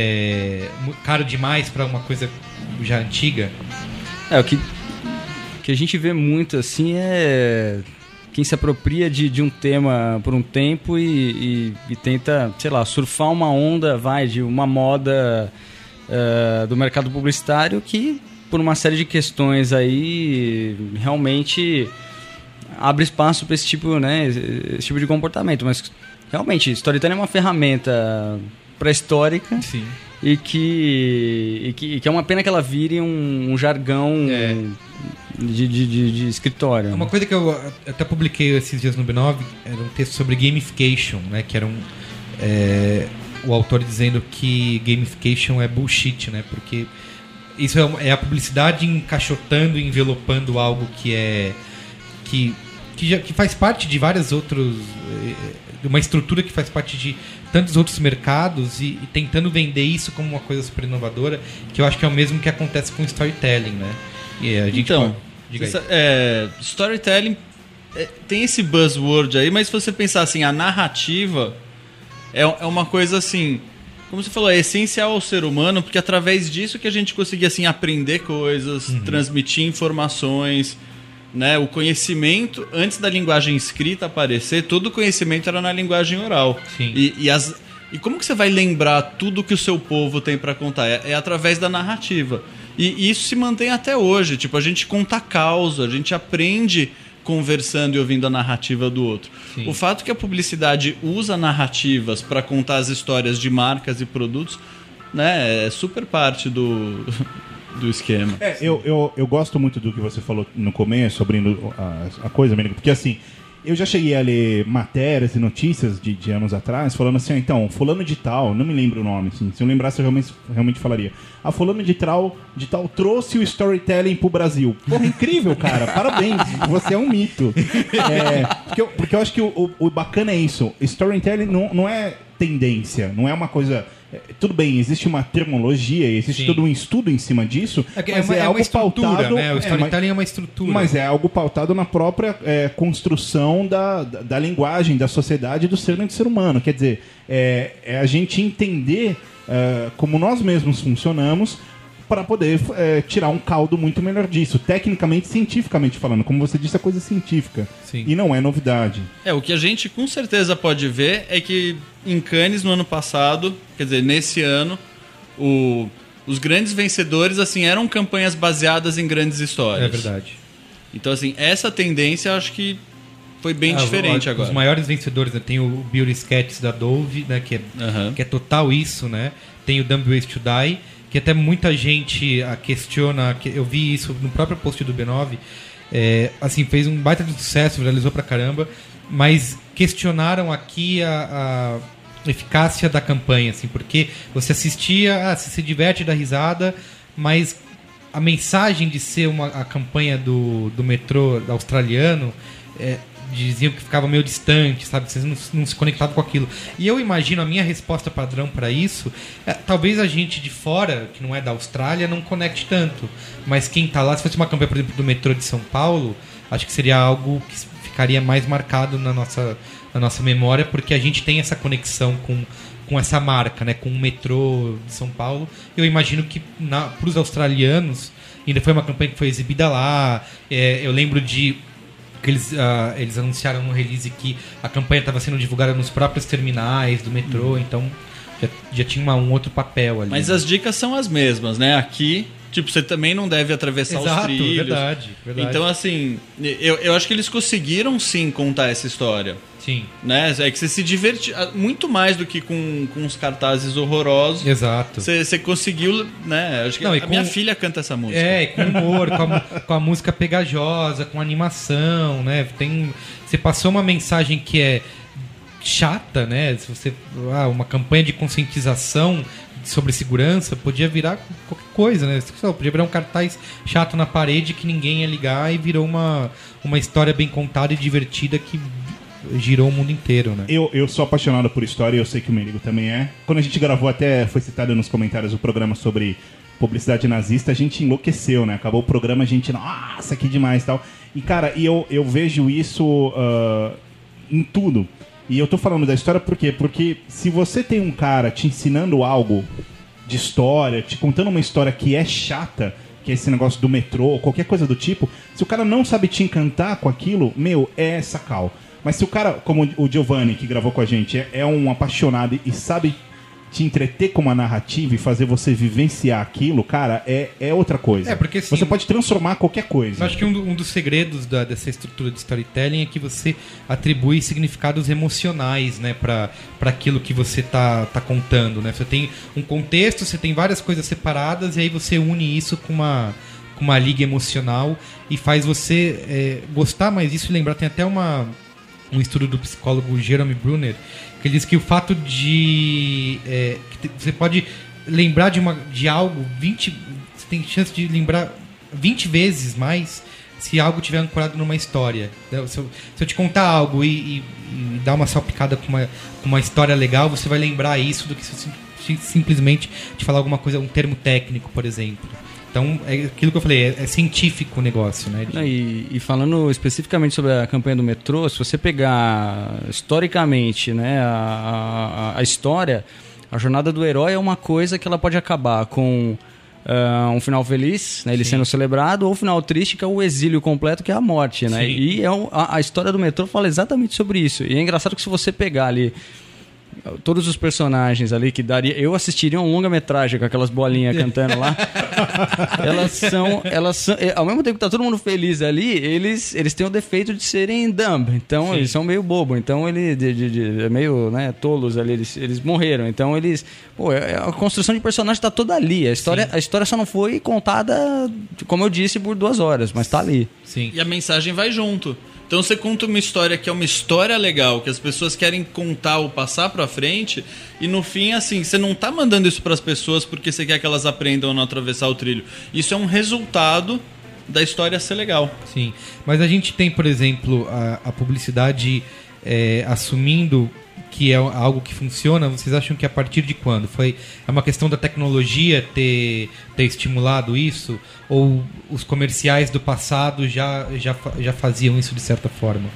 Speaker 1: é, caro demais para uma coisa já antiga.
Speaker 5: É, o que, que a gente vê muito assim é quem se apropria de, de um tema por um tempo e, e, e tenta, sei lá, surfar uma onda, vai, de uma moda uh, do mercado publicitário que, por uma série de questões aí, realmente abre espaço para esse tipo, né, esse tipo de comportamento. Mas, realmente, storytelling é uma ferramenta pré-histórica.
Speaker 1: Sim.
Speaker 5: E que, e, que, e que é uma pena que ela vire um, um jargão
Speaker 1: é.
Speaker 5: de, de, de, de escritório.
Speaker 1: Uma coisa que eu até publiquei esses dias no B nove era um texto sobre gamification, né? Que era um, é, o autor dizendo que gamification é bullshit, né? Porque isso é, é a publicidade encaixotando, envelopando algo que é que, que, já, que faz parte de vários outros... de uma estrutura que faz parte de tantos outros mercados e, e tentando vender isso como uma coisa super inovadora, que eu acho que é o mesmo que acontece com storytelling, né? E a gente
Speaker 4: então,
Speaker 1: pode... Diga aí.
Speaker 4: É, storytelling é, tem esse buzzword aí, mas se você pensar assim, a narrativa é, é uma coisa assim, como você falou, é essencial ao ser humano, porque através disso que a gente conseguia assim, aprender coisas, uhum. transmitir informações, né? O conhecimento, antes da linguagem escrita aparecer, todo o conhecimento era na linguagem oral.
Speaker 1: Sim.
Speaker 4: E, e, as, e como que você vai lembrar tudo que o seu povo tem para contar? É, é através da narrativa. E, e isso se mantém até hoje. Tipo, a gente conta causa, a gente aprende conversando e ouvindo a narrativa do outro. Sim. O fato que a publicidade usa narrativas para contar as histórias de marcas e produtos, né, é super parte do... do esquema.
Speaker 2: É, eu, eu, eu gosto muito do que você falou no começo, abrindo a, a coisa, porque assim, eu já cheguei a ler matérias e notícias de, de anos atrás, falando assim, ah, então, fulano de tal, não me lembro o nome, assim, se eu lembrasse eu realmente, realmente falaria, ah, fulano de tal, de tal trouxe o storytelling pro Brasil. Porra, incrível, cara, parabéns, você é um mito. É, porque, eu, porque eu acho que o, o, o bacana é isso, storytelling não, não é tendência, não é uma coisa... Tudo bem, existe uma terminologia, existe
Speaker 1: Sim.
Speaker 2: todo um estudo em cima disso,
Speaker 1: é,
Speaker 2: mas
Speaker 1: é, uma,
Speaker 2: é,
Speaker 1: é
Speaker 2: algo
Speaker 1: uma estrutura,
Speaker 2: pautado,
Speaker 1: né? O storytelling é,
Speaker 2: é
Speaker 1: uma estrutura.
Speaker 2: Mas é algo pautado na própria é, construção da, da, da linguagem, da sociedade, do ser do ser humano. Quer dizer, é, é a gente entender é, como nós mesmos funcionamos para poder é, tirar um caldo muito melhor disso. Tecnicamente, cientificamente falando. Como você disse, é coisa científica.
Speaker 1: Sim.
Speaker 2: E não é novidade.
Speaker 4: É, o que a gente com certeza pode ver é que em Cannes, no ano passado, quer dizer, nesse ano, o, os grandes vencedores assim eram campanhas baseadas em grandes histórias.
Speaker 1: É verdade.
Speaker 4: Então, assim, essa tendência eu acho que foi bem
Speaker 1: ah,
Speaker 4: diferente
Speaker 1: o,
Speaker 4: agora.
Speaker 1: Os maiores vencedores, né? Tem o Beauty Sketches da Dove, né? Que é,
Speaker 4: uhum.
Speaker 1: que é total isso, né? Tem o Dumb Ways to Die, que até muita gente a questiona, que eu vi isso no próprio post do B nove, é, assim, fez um baita de sucesso, viralizou pra caramba, mas questionaram aqui a, a eficácia da campanha, assim, porque você assistia, ah, você se diverte, dá risada, mas a mensagem de ser uma, a campanha do, do metrô australiano, é, diziam que ficava meio distante, sabe? Vocês não, não se conectavam com aquilo. E eu imagino a minha resposta padrão para isso, é, talvez a gente de fora, que não é da Austrália, não conecte tanto. Mas quem tá lá, se fosse uma campanha, por exemplo, do metrô de São Paulo, acho que seria algo que ficaria mais marcado na nossa, na nossa memória, porque a gente tem essa conexão com, com essa marca, né? Com o metrô de São Paulo. Eu imagino que para os australianos, ainda foi uma campanha que foi exibida lá. É, eu lembro de que eles, uh, eles anunciaram no release que a campanha estava sendo divulgada nos próprios terminais do metrô, hum. então já, já tinha uma, um outro papel ali.
Speaker 4: Mas
Speaker 1: né?
Speaker 4: as dicas são as mesmas, né? Aqui, Tipo, você também não deve atravessar
Speaker 1: Exato,
Speaker 4: os trilhos.
Speaker 1: verdade, verdade.
Speaker 4: Então, assim, eu, eu acho que eles conseguiram sim contar essa história.
Speaker 1: Sim.
Speaker 4: Né? É que você se diverte muito mais do que com, com os cartazes horrorosos.
Speaker 1: Exato.
Speaker 4: Você, você conseguiu, né? Acho que
Speaker 1: Não, e
Speaker 4: a
Speaker 1: com-
Speaker 4: minha filha canta essa música.
Speaker 1: É, e com humor, com a, com a música pegajosa, com animação, né? Tem, você passou uma mensagem que é chata, né? Se você, ah, uma campanha de conscientização sobre segurança podia virar qualquer coisa, né? Só, podia virar um cartaz chato na parede que ninguém ia ligar e virou uma, uma história bem contada e divertida que girou o mundo inteiro, né?
Speaker 2: Eu, eu sou apaixonado por história e eu sei que o Merigo também é. Quando a gente gravou, até foi citado nos comentários o programa sobre publicidade nazista, a gente enlouqueceu, né? Acabou o programa, a gente, nossa, que demais e tal. E, cara, e eu, eu vejo isso uh, em tudo. E eu tô falando da história por quê? Porque se você tem um cara te ensinando algo de história, te contando uma história que é chata, que é esse negócio do metrô, qualquer coisa do tipo, se o cara não sabe te encantar com aquilo, meu, é sacal. Mas se o cara, como o Giovanni, que gravou com a gente, é, é um apaixonado e sabe te entreter com uma narrativa e fazer você vivenciar aquilo, cara, é, é outra coisa.
Speaker 1: É, porque, assim,
Speaker 2: você pode transformar qualquer coisa.
Speaker 1: Eu acho que um, do- um dos segredos da- dessa estrutura de storytelling é que você atribui significados emocionais, né, para aquilo que você tá, tá contando, né? Você tem um contexto, você tem várias coisas separadas e aí você une isso com uma, com uma liga emocional e faz você é, gostar mais disso e lembrar. Tem até uma, um estudo do psicólogo Jeremy Brunner que ele diz que o fato de é, que te- você pode lembrar de, uma, de algo vinte, você tem chance de lembrar vinte vezes mais se algo tiver ancorado numa história. Se eu, se eu te contar algo e, e, e dar uma salpicada com uma, com uma história legal, você vai lembrar isso do que se eu sim- simplesmente te falar alguma coisa, um termo técnico, por exemplo. Então, é aquilo que eu falei, é, é científico o negócio, né?
Speaker 5: Não, e, e falando especificamente sobre a campanha do metrô, se você pegar historicamente, né, a, a, a história, a jornada do herói é uma coisa que ela pode acabar com uh, um final feliz, né, ele
Speaker 1: Sim.
Speaker 5: sendo celebrado, ou um final triste, que é o exílio completo, que é a morte, né?
Speaker 1: Sim.
Speaker 5: E é um, a, a história do metrô fala exatamente sobre isso. E é engraçado que se você pegar ali todos os personagens ali que daria, eu assistiria um longa-metragem com aquelas bolinhas cantando lá. Elas são, elas são, ao mesmo tempo que tá todo mundo feliz ali, eles, eles têm o defeito de serem dumb, então
Speaker 1: Sim.
Speaker 5: eles são meio bobo, então ele de, de, de, é meio, né, tolos ali, eles, eles morreram, então eles, pô, a construção de personagem tá toda ali, a história, a história só não foi contada, como eu disse, por duas horas, mas tá ali.
Speaker 1: Sim.
Speaker 4: E a mensagem vai junto. Então você conta uma história que é uma história legal, que as pessoas querem contar ou passar pra frente, e no fim, assim, você não tá mandando isso pras pessoas porque você quer que elas aprendam a não atravessar o trilho. Isso é um resultado da história ser legal.
Speaker 1: Sim, mas a gente tem, por exemplo, a, a publicidade é, assumindo que é algo que funciona. Vocês acham que a partir de quando? Foi é uma questão da tecnologia ter, ter estimulado isso? Ou os comerciais do passado já, já, fa- já faziam isso de certa forma?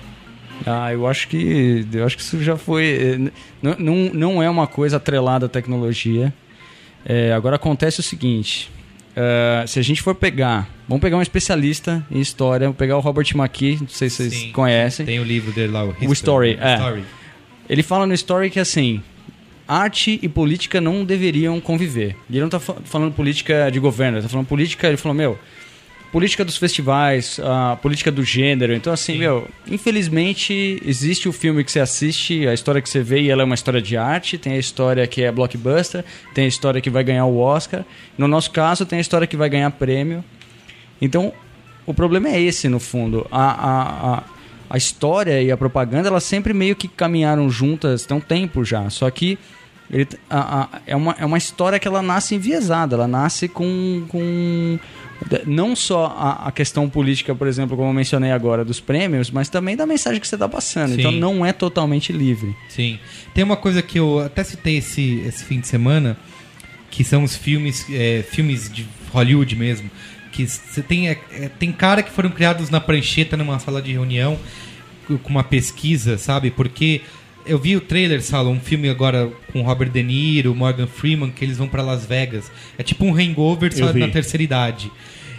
Speaker 5: Ah, eu acho que eu acho que isso já foi, eh, n- não, não, não é uma coisa atrelada à tecnologia. É, agora acontece o seguinte, eh, se a gente for pegar, vamos pegar um especialista em história, vamos pegar o Robert McKee, não sei se vocês
Speaker 1: Sim.
Speaker 5: conhecem.
Speaker 1: Tem o livro dele lá, o History.
Speaker 5: O Story, é.
Speaker 1: Story.
Speaker 5: Ele fala no Story que, assim, arte e política não deveriam conviver. E ele não tá fa- falando política de governo, ele tá falando política, ele falou, meu, política dos festivais, a política do gênero. Então, assim,
Speaker 1: Sim.
Speaker 5: meu, infelizmente, existe o filme que você assiste, a história que você vê, e ela é uma história de arte, tem a história que é blockbuster, tem a história que vai ganhar o Oscar. No nosso caso, tem a história que vai ganhar prêmio. Então, o problema é esse, no fundo. A, a, a, a história e a propaganda, elas sempre meio que caminharam juntas, tem um tempo já. Só que ele, a, a, é, uma, é uma história que ela nasce enviesada, ela nasce com... com não só a, a questão política, por exemplo, como eu mencionei agora, dos prêmios, mas também da mensagem que você está passando.
Speaker 1: Sim.
Speaker 5: Então não é totalmente livre.
Speaker 1: Sim. Tem uma coisa que eu até citei esse, esse fim de semana, que são os filmes, é, filmes de Hollywood mesmo, que você tem, é, é, tem cara que foram criados na prancheta numa sala de reunião com com uma pesquisa, sabe? Porque eu vi o trailer, Salo, um filme agora com Robert De Niro, Morgan Freeman, que eles vão pra Las Vegas. É tipo um Hangover só
Speaker 2: Eu vi.
Speaker 1: na terceira idade.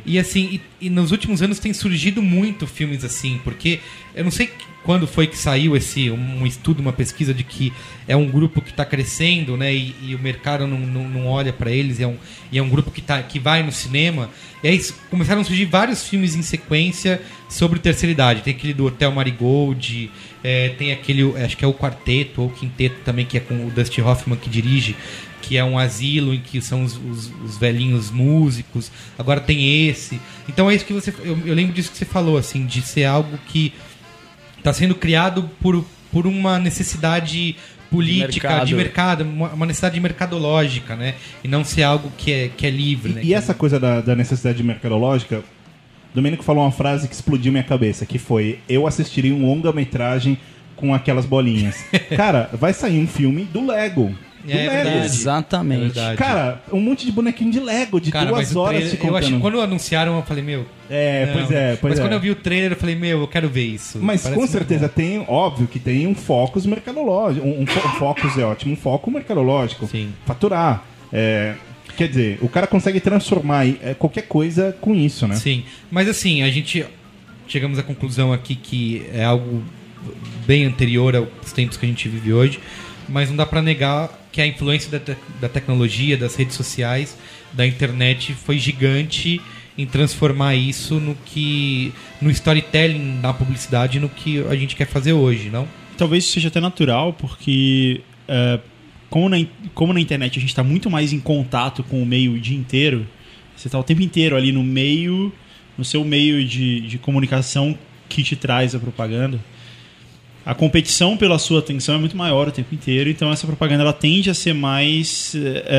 Speaker 1: E assim, e, e nos últimos anos tem surgido muito filmes assim, porque eu não sei quando foi que saiu esse um estudo, uma pesquisa de que é um grupo que está crescendo, né? E, e o mercado não, não, não olha para eles, é um, e é um grupo que, tá, que vai no cinema. E aí começaram a surgir vários filmes em sequência sobre terceira idade. Tem aquele do Hotel Marigold, é, tem aquele, acho que é o Quarteto ou o Quinteto também, que é com o Dustin Hoffman que dirige, que é um asilo em que são os, os, os velhinhos músicos. Agora tem esse. Então é isso que você... Eu, eu lembro disso que você falou, assim, de ser algo que está sendo criado por, por uma necessidade política,
Speaker 5: mercado.
Speaker 1: de mercado, uma necessidade mercadológica, né? E não ser algo que é, que é livre,
Speaker 2: E,
Speaker 1: né?
Speaker 2: e essa coisa da, da necessidade mercadológica, Domênico falou uma frase que explodiu minha cabeça, que foi: eu assistiria um longa-metragem com aquelas bolinhas. Cara, vai sair um filme do Lego. Do
Speaker 1: É
Speaker 2: Lego.
Speaker 1: verdade.
Speaker 5: Exatamente.
Speaker 1: É verdade.
Speaker 2: Cara, um monte de bonequinho de Lego, de
Speaker 1: Cara, mas
Speaker 2: duas
Speaker 1: o
Speaker 2: horas
Speaker 1: trailer,
Speaker 2: te contando.
Speaker 1: eu achei, quando anunciaram, eu falei, meu...
Speaker 2: É,
Speaker 1: não.
Speaker 2: pois é, pois
Speaker 1: Mas
Speaker 2: é.
Speaker 1: quando eu vi o trailer, eu falei, meu, eu quero ver isso.
Speaker 2: Mas
Speaker 1: Parece
Speaker 2: com
Speaker 1: muito
Speaker 2: certeza
Speaker 1: bom.
Speaker 2: tem, óbvio que tem um focus mercadológico. Um, um, fo- um focus é ótimo, um foco mercadológico.
Speaker 1: Sim.
Speaker 2: Faturar. É, quer dizer, o cara consegue transformar é, qualquer coisa com isso, né?
Speaker 1: Sim, mas assim, a gente chegamos à conclusão aqui que é algo bem anterior aos tempos que a gente vive hoje, mas não dá pra negar que a influência da, te- da tecnologia, das redes sociais, da internet foi gigante em transformar isso no que no storytelling, na publicidade, no que a gente quer fazer hoje, não?
Speaker 3: Talvez isso seja até natural, porque é, como, na, in- como na internet a gente está muito mais em contato com o meio o dia inteiro, você está o tempo inteiro ali no meio, no seu meio de, de comunicação que te traz a propaganda. A competição pela sua atenção é muito maior o tempo inteiro, então essa propaganda ela tende a ser mais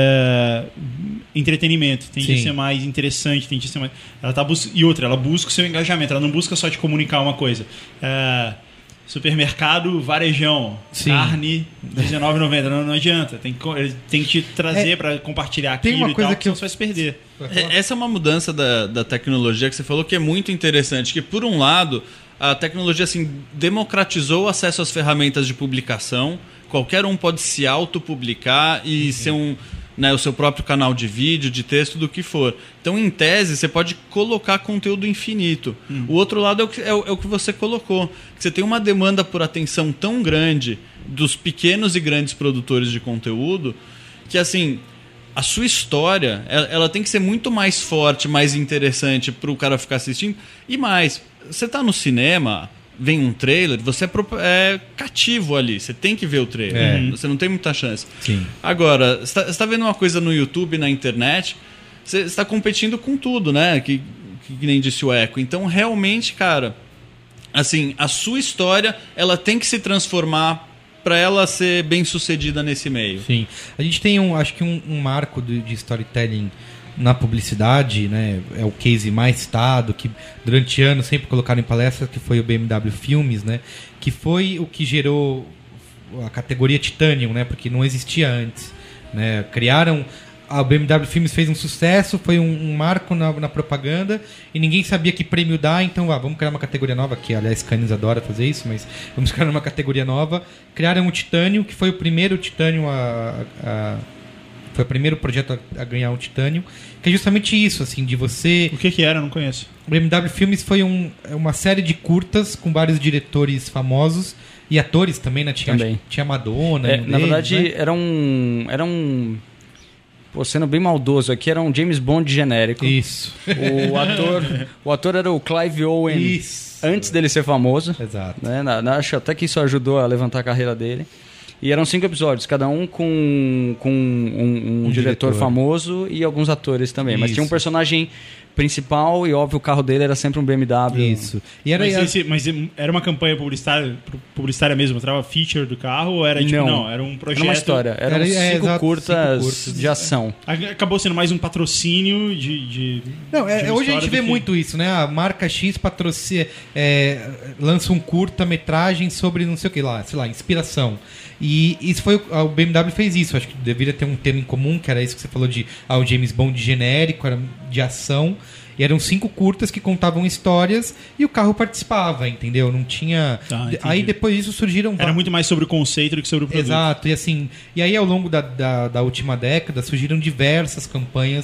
Speaker 3: é, entretenimento, tende
Speaker 1: Sim.
Speaker 3: a ser mais interessante, tende a ser mais... Ela tá bus... E outra, ela busca o seu engajamento, ela não busca só te comunicar uma coisa. É, supermercado, varejão,
Speaker 1: Sim.
Speaker 3: carne, dezenove reais e noventa centavos. Não, não adianta, tem que, co- ele tem que te trazer
Speaker 1: É,
Speaker 3: para compartilhar
Speaker 1: tem
Speaker 3: aquilo
Speaker 1: uma
Speaker 3: e
Speaker 1: coisa
Speaker 3: tal,
Speaker 1: que eu-
Speaker 3: senão você vai se perder.
Speaker 4: É, Essa é uma mudança da, da tecnologia que você falou que é muito interessante. Que, por um lado, a tecnologia assim, democratizou o acesso às ferramentas de publicação. Qualquer um pode se autopublicar e ser um, né, o seu próprio canal de vídeo, de texto, do que for. Então, em tese, você pode colocar conteúdo infinito. O outro lado é o, que, é, o, é o que você colocou. Que você tem uma demanda por atenção tão grande dos pequenos e grandes produtores de conteúdo que, assim... A sua história, ela, ela tem que ser muito mais forte, mais interessante para o cara ficar assistindo. E mais, você tá no cinema, vem um trailer, você é, pro- é cativo ali. Você tem que ver o trailer.
Speaker 1: É.
Speaker 4: Você não tem muita chance.
Speaker 1: Sim.
Speaker 4: Agora, você está tá vendo uma coisa no YouTube, na internet, você está competindo com tudo, né? Que, que, que nem disse o Eco. Então, realmente, cara, assim, a sua história, ela tem que se transformar para ela ser bem sucedida nesse meio.
Speaker 1: Sim. A gente tem, um, acho que um, um marco de, de storytelling na publicidade, né? É o case mais citado, que durante anos sempre colocaram em palestra, que foi o B M W Filmes, né? Que foi o que gerou a categoria Titanium, né? Porque não existia antes, né? Criaram... A B M W Filmes fez um sucesso, foi um, um marco na, na propaganda e ninguém sabia que prêmio dar, então ah, vamos criar uma categoria nova, que aliás Cannes adora fazer isso, mas vamos criar uma categoria nova. Criaram o Titânio, que foi o primeiro Titânio a, a, a foi o primeiro projeto a, a ganhar um Titânio, que é justamente isso, assim, de você...
Speaker 3: O que que era? Eu não conheço.
Speaker 1: O B M W Filmes foi um, uma série de curtas com vários diretores famosos e atores também, né? Tinha,
Speaker 5: Também.
Speaker 1: tinha Madonna.
Speaker 5: É,
Speaker 1: um
Speaker 5: na
Speaker 1: deles,
Speaker 5: verdade,
Speaker 1: né?
Speaker 5: era um. Era um. Pô, sendo bem maldoso aqui, era um James Bond genérico.
Speaker 1: Isso.
Speaker 5: O ator, o ator era o Clive Owen
Speaker 1: Isso.
Speaker 5: antes dele ser famoso.
Speaker 1: Exato.
Speaker 5: Né? Na- na- acho até que isso ajudou a levantar a carreira dele. E eram cinco episódios, cada um com, com um, um
Speaker 1: Um
Speaker 5: diretor,
Speaker 1: diretor.
Speaker 5: famoso e alguns atores também. Mas
Speaker 1: Isso.
Speaker 5: tinha um personagem principal e, óbvio, o carro dele era sempre um B M W.
Speaker 1: Isso. E era,
Speaker 3: Mas, esse- mas era uma campanha publicitária, publicitária mesmo? Mostrava feature do carro ou era tipo,
Speaker 5: Não.
Speaker 3: não, era um projeto...
Speaker 5: Era uma história. Eram
Speaker 1: Era- é,
Speaker 5: cinco,
Speaker 1: exato,
Speaker 5: curtas
Speaker 1: cinco curtas.
Speaker 5: de ação.
Speaker 3: Acabou sendo mais um patrocínio de... de
Speaker 1: Não, é,
Speaker 3: de uma
Speaker 1: hoje a gente
Speaker 3: história
Speaker 1: vê
Speaker 3: do que-
Speaker 1: muito isso, né? A marca X patrocina, é, lança um curta-metragem sobre não sei o que lá, sei lá, inspiração. E isso foi o, o B M W fez isso. Acho que deveria ter um tema em comum, que era isso que você falou de ah, o James Bond genérico, era de ação. E eram cinco curtas que contavam histórias e o carro participava, entendeu? Não tinha.
Speaker 3: Tá, entendi.
Speaker 1: Aí depois disso surgiram
Speaker 3: Era muito mais sobre o conceito do que sobre o produto.
Speaker 1: Exato, e assim, e aí ao longo da, da, da última década surgiram diversas campanhas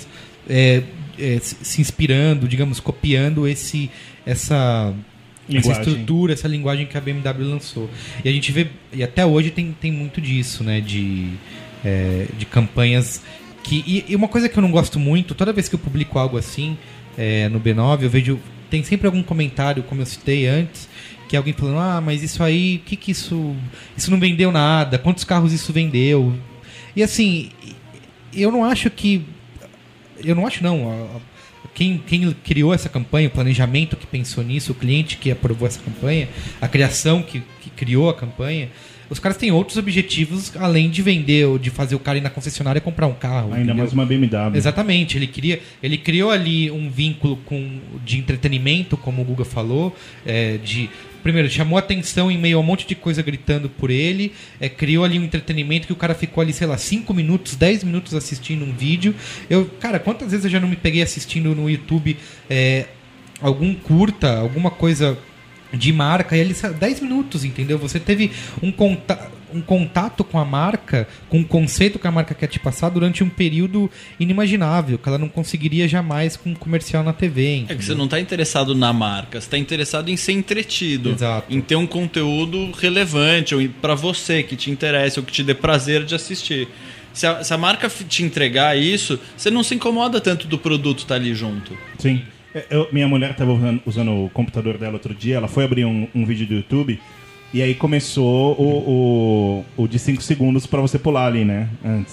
Speaker 1: é, é, se inspirando, digamos, copiando esse, essa, essa estrutura, essa linguagem que a B M W lançou. E a gente vê, e até hoje tem, tem muito disso, né? De, é, de campanhas que... E, e uma coisa que eu não gosto muito, toda vez que eu publico algo assim é, no B nove, eu vejo... Tem sempre algum comentário, como eu citei antes, que é alguém falando, ah, mas isso aí, o que que isso... Isso não vendeu nada, quantos carros isso vendeu? E assim, eu não acho que... Eu não acho, não. A, a, quem, quem criou essa campanha, o planejamento que pensou nisso, o cliente que aprovou essa campanha, a criação que, que criou a campanha, os caras têm outros objetivos além de vender ou de fazer o cara ir na concessionária e comprar um carro.
Speaker 2: Ainda
Speaker 1: entendeu?
Speaker 2: mais uma B M W.
Speaker 1: Exatamente. Ele, queria, ele criou ali um vínculo com, de entretenimento, como o Guga falou, é, de... Primeiro, chamou atenção em meio a um monte de coisa gritando por ele, é, criou ali um entretenimento que o cara ficou ali, sei lá, cinco minutos, dez minutos assistindo um vídeo. Eu, cara, quantas vezes eu já não me peguei assistindo no YouTube é, algum curta, alguma coisa de marca, e ali dez minutos, entendeu? Você teve um contato, um contato com a marca, com o conceito que a marca quer te passar durante um período inimaginável, que ela não conseguiria jamais com um comercial na T V. Entendeu?
Speaker 4: É que você não está interessado na marca, você está interessado em ser entretido.
Speaker 1: Exato.
Speaker 4: Em ter um conteúdo relevante, ou para você, que te interessa, ou que te dê prazer de assistir. Se a, se a marca te entregar isso, você não se incomoda tanto do produto estar ali junto.
Speaker 2: Sim. Eu, minha mulher estava usando, usando o computador dela outro dia, ela foi abrir um, um vídeo do YouTube e aí começou o, o, o de cinco segundos para você pular ali, né? Antes.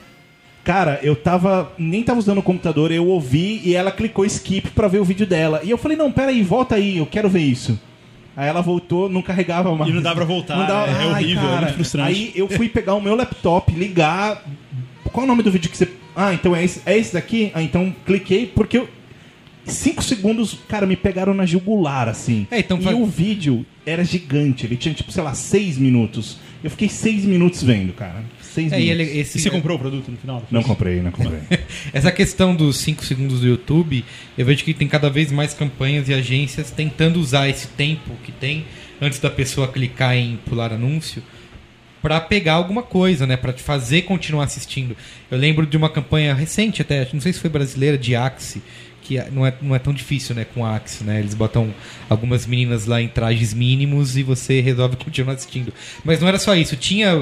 Speaker 2: Cara, eu tava. Nem tava usando o computador, eu ouvi e ela clicou skip pra ver o vídeo dela. E eu falei, não, peraí, volta aí, eu quero ver isso. Aí ela voltou, não carregava mais.
Speaker 3: E não dá pra voltar,
Speaker 2: não dá...
Speaker 3: é, é
Speaker 2: Ai,
Speaker 3: horrível,
Speaker 2: cara.
Speaker 3: é muito frustrante.
Speaker 2: Aí eu fui pegar o meu laptop, ligar. Qual é o nome do vídeo que você. Ah, então é esse, é esse daqui? Ah, então cliquei, porque eu. Cinco segundos, cara, me pegaram na jugular, assim.
Speaker 1: É, então
Speaker 2: e
Speaker 1: faz...
Speaker 2: o vídeo era gigante, ele tinha, tipo, sei lá, seis minutos. Eu fiquei seis minutos vendo, cara. Seis
Speaker 1: É, e
Speaker 2: minutos.
Speaker 1: ele, esse...
Speaker 3: E você comprou o produto no final?
Speaker 2: Não comprei, não comprei.
Speaker 1: Essa questão dos cinco segundos do YouTube, eu vejo que tem cada vez mais campanhas e agências tentando usar esse tempo que tem antes da pessoa clicar em pular anúncio para pegar alguma coisa, né, para te fazer continuar assistindo. Eu lembro de uma campanha recente até, não sei se foi brasileira, de Axe, que não é, não é tão difícil, né, com a Axe, né? Eles botam algumas meninas lá em trajes mínimos e você resolve continuar assistindo. Mas não era só isso, tinha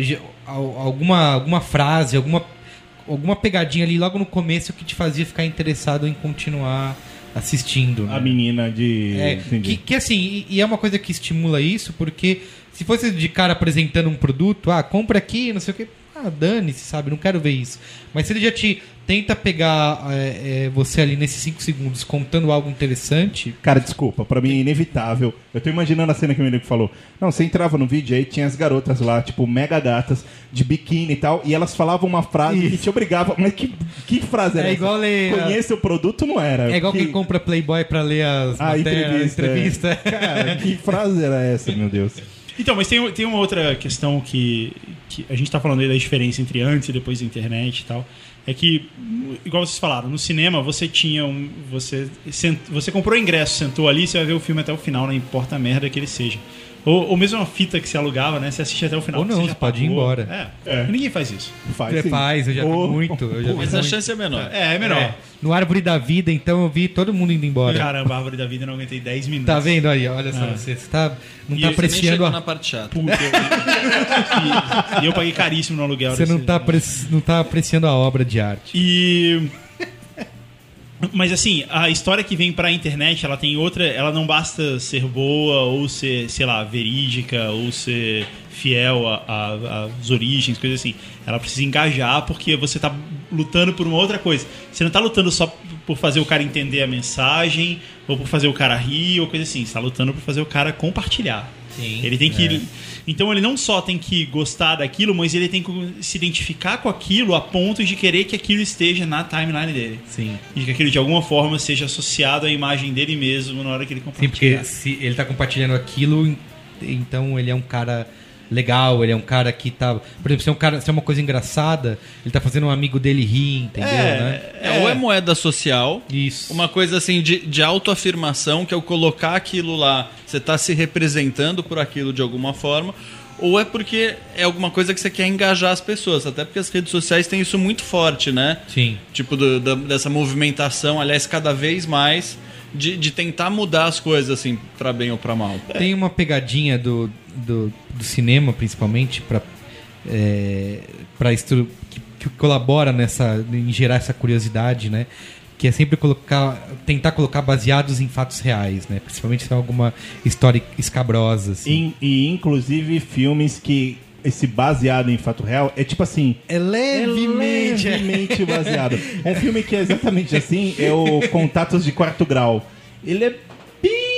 Speaker 1: alguma, alguma frase, alguma, alguma pegadinha ali logo no começo que te fazia ficar interessado em continuar assistindo. Né?
Speaker 2: A menina de...
Speaker 1: É, que, que assim, e, e é uma coisa que estimula isso, porque se fosse de cara apresentando um produto, ah, compra aqui, não sei o que, ah, dane-se, sabe, não quero ver isso. Mas se ele já te tenta pegar é, é, você ali nesses cinco segundos contando algo interessante...
Speaker 2: Cara, desculpa, pra mim é inevitável. Eu tô imaginando a cena que o menino falou. Não, você entrava no vídeo aí, tinha as garotas lá, tipo, mega gatas, de biquíni e tal, e elas falavam uma frase Isso. que te obrigava... Mas que, que frase era
Speaker 1: é
Speaker 2: essa?
Speaker 1: Igual ler...
Speaker 2: Conheça o produto, não era.
Speaker 1: É igual
Speaker 2: que...
Speaker 1: quem compra Playboy pra ler as
Speaker 2: ah,
Speaker 1: matérias,
Speaker 2: entrevista.
Speaker 1: entrevista.
Speaker 2: É. Cara, que frase era essa, meu Deus?
Speaker 3: Então, mas tem, tem uma outra questão que, que a gente tá falando aí da diferença entre antes e depois da internet e tal. É que, igual vocês falaram, no cinema você tinha um. Você, sent, você comprou o ingresso, sentou ali, você vai ver o filme até o final, não importa a merda que ele seja. Ou, ou mesmo uma fita que você alugava, né? Você assiste até o final.
Speaker 1: Ou não,
Speaker 3: você,
Speaker 1: você
Speaker 3: já
Speaker 1: pode ir
Speaker 3: pagou.
Speaker 1: embora.
Speaker 3: É, é. Ninguém faz isso.
Speaker 2: Faz,
Speaker 1: Você
Speaker 2: sim.
Speaker 1: faz, eu já vi
Speaker 2: Oh,
Speaker 1: muito. Eu já vi
Speaker 4: Mas a
Speaker 1: muito.
Speaker 4: chance é menor.
Speaker 3: É, é menor.
Speaker 1: É, no Árvore da Vida, então, eu vi todo mundo indo embora.
Speaker 3: Caramba, a Árvore da Vida eu não aguentei dez minutos.
Speaker 1: Tá vendo aí? Olha só,
Speaker 3: É.
Speaker 1: você, você tá, não
Speaker 3: E
Speaker 1: tá
Speaker 3: você nem
Speaker 4: Você nem
Speaker 1: apreciando
Speaker 4: chegou
Speaker 1: a...
Speaker 4: na parte chata.
Speaker 3: Puta, eu- e, e eu paguei caríssimo no aluguel.
Speaker 1: Você não
Speaker 3: desse-
Speaker 1: tá, apre- não tá apreciando a obra de arte.
Speaker 3: E... Mas assim, a história que vem pra internet, ela tem outra... Ela não basta ser boa ou ser, sei lá, verídica ou ser fiel às origens, coisas assim. Ela precisa engajar porque você tá lutando por uma outra coisa. Você não tá lutando só por fazer o cara entender a mensagem ou por fazer o cara rir ou coisa assim. Você tá lutando por fazer o cara compartilhar.
Speaker 1: Sim,
Speaker 3: Ele tem que...
Speaker 1: é.
Speaker 3: Então ele não só tem que gostar daquilo, mas ele tem que se identificar com aquilo a ponto de querer que aquilo esteja na timeline dele.
Speaker 1: Sim.
Speaker 3: E que aquilo de alguma forma seja associado à imagem dele mesmo na hora que ele
Speaker 1: Sim,
Speaker 3: compartilha.
Speaker 1: porque se ele tá compartilhando aquilo, então ele é um cara legal, ele é um cara que tá... Por exemplo, se é, um cara, se é uma coisa engraçada, ele tá fazendo um amigo dele rir, entendeu?
Speaker 3: É,
Speaker 1: Né?
Speaker 4: É, ou é moeda social,
Speaker 1: Isso.
Speaker 4: uma coisa assim de, de autoafirmação, que é o colocar aquilo lá, você está se representando por aquilo de alguma forma, ou é porque é alguma coisa que você quer engajar as pessoas, até porque as redes sociais têm isso muito forte, né?
Speaker 1: Sim.
Speaker 4: Tipo, do, da, dessa movimentação, aliás, cada vez mais, de, de tentar mudar as coisas, assim, pra bem ou pra mal.
Speaker 1: Tem uma pegadinha do, do, do cinema, principalmente, pra, é, pra estru... que, que colabora nessa, em gerar essa curiosidade, né? Que é sempre colocar, tentar colocar baseados em fatos reais, né? Principalmente se é alguma história escabrosa, assim.
Speaker 2: E, e inclusive filmes que esse baseado em fato real é tipo assim...
Speaker 1: É levemente...
Speaker 2: É levemente baseado. Um filme que é exatamente assim é o Contatos de Quarto Grau. Ele é bem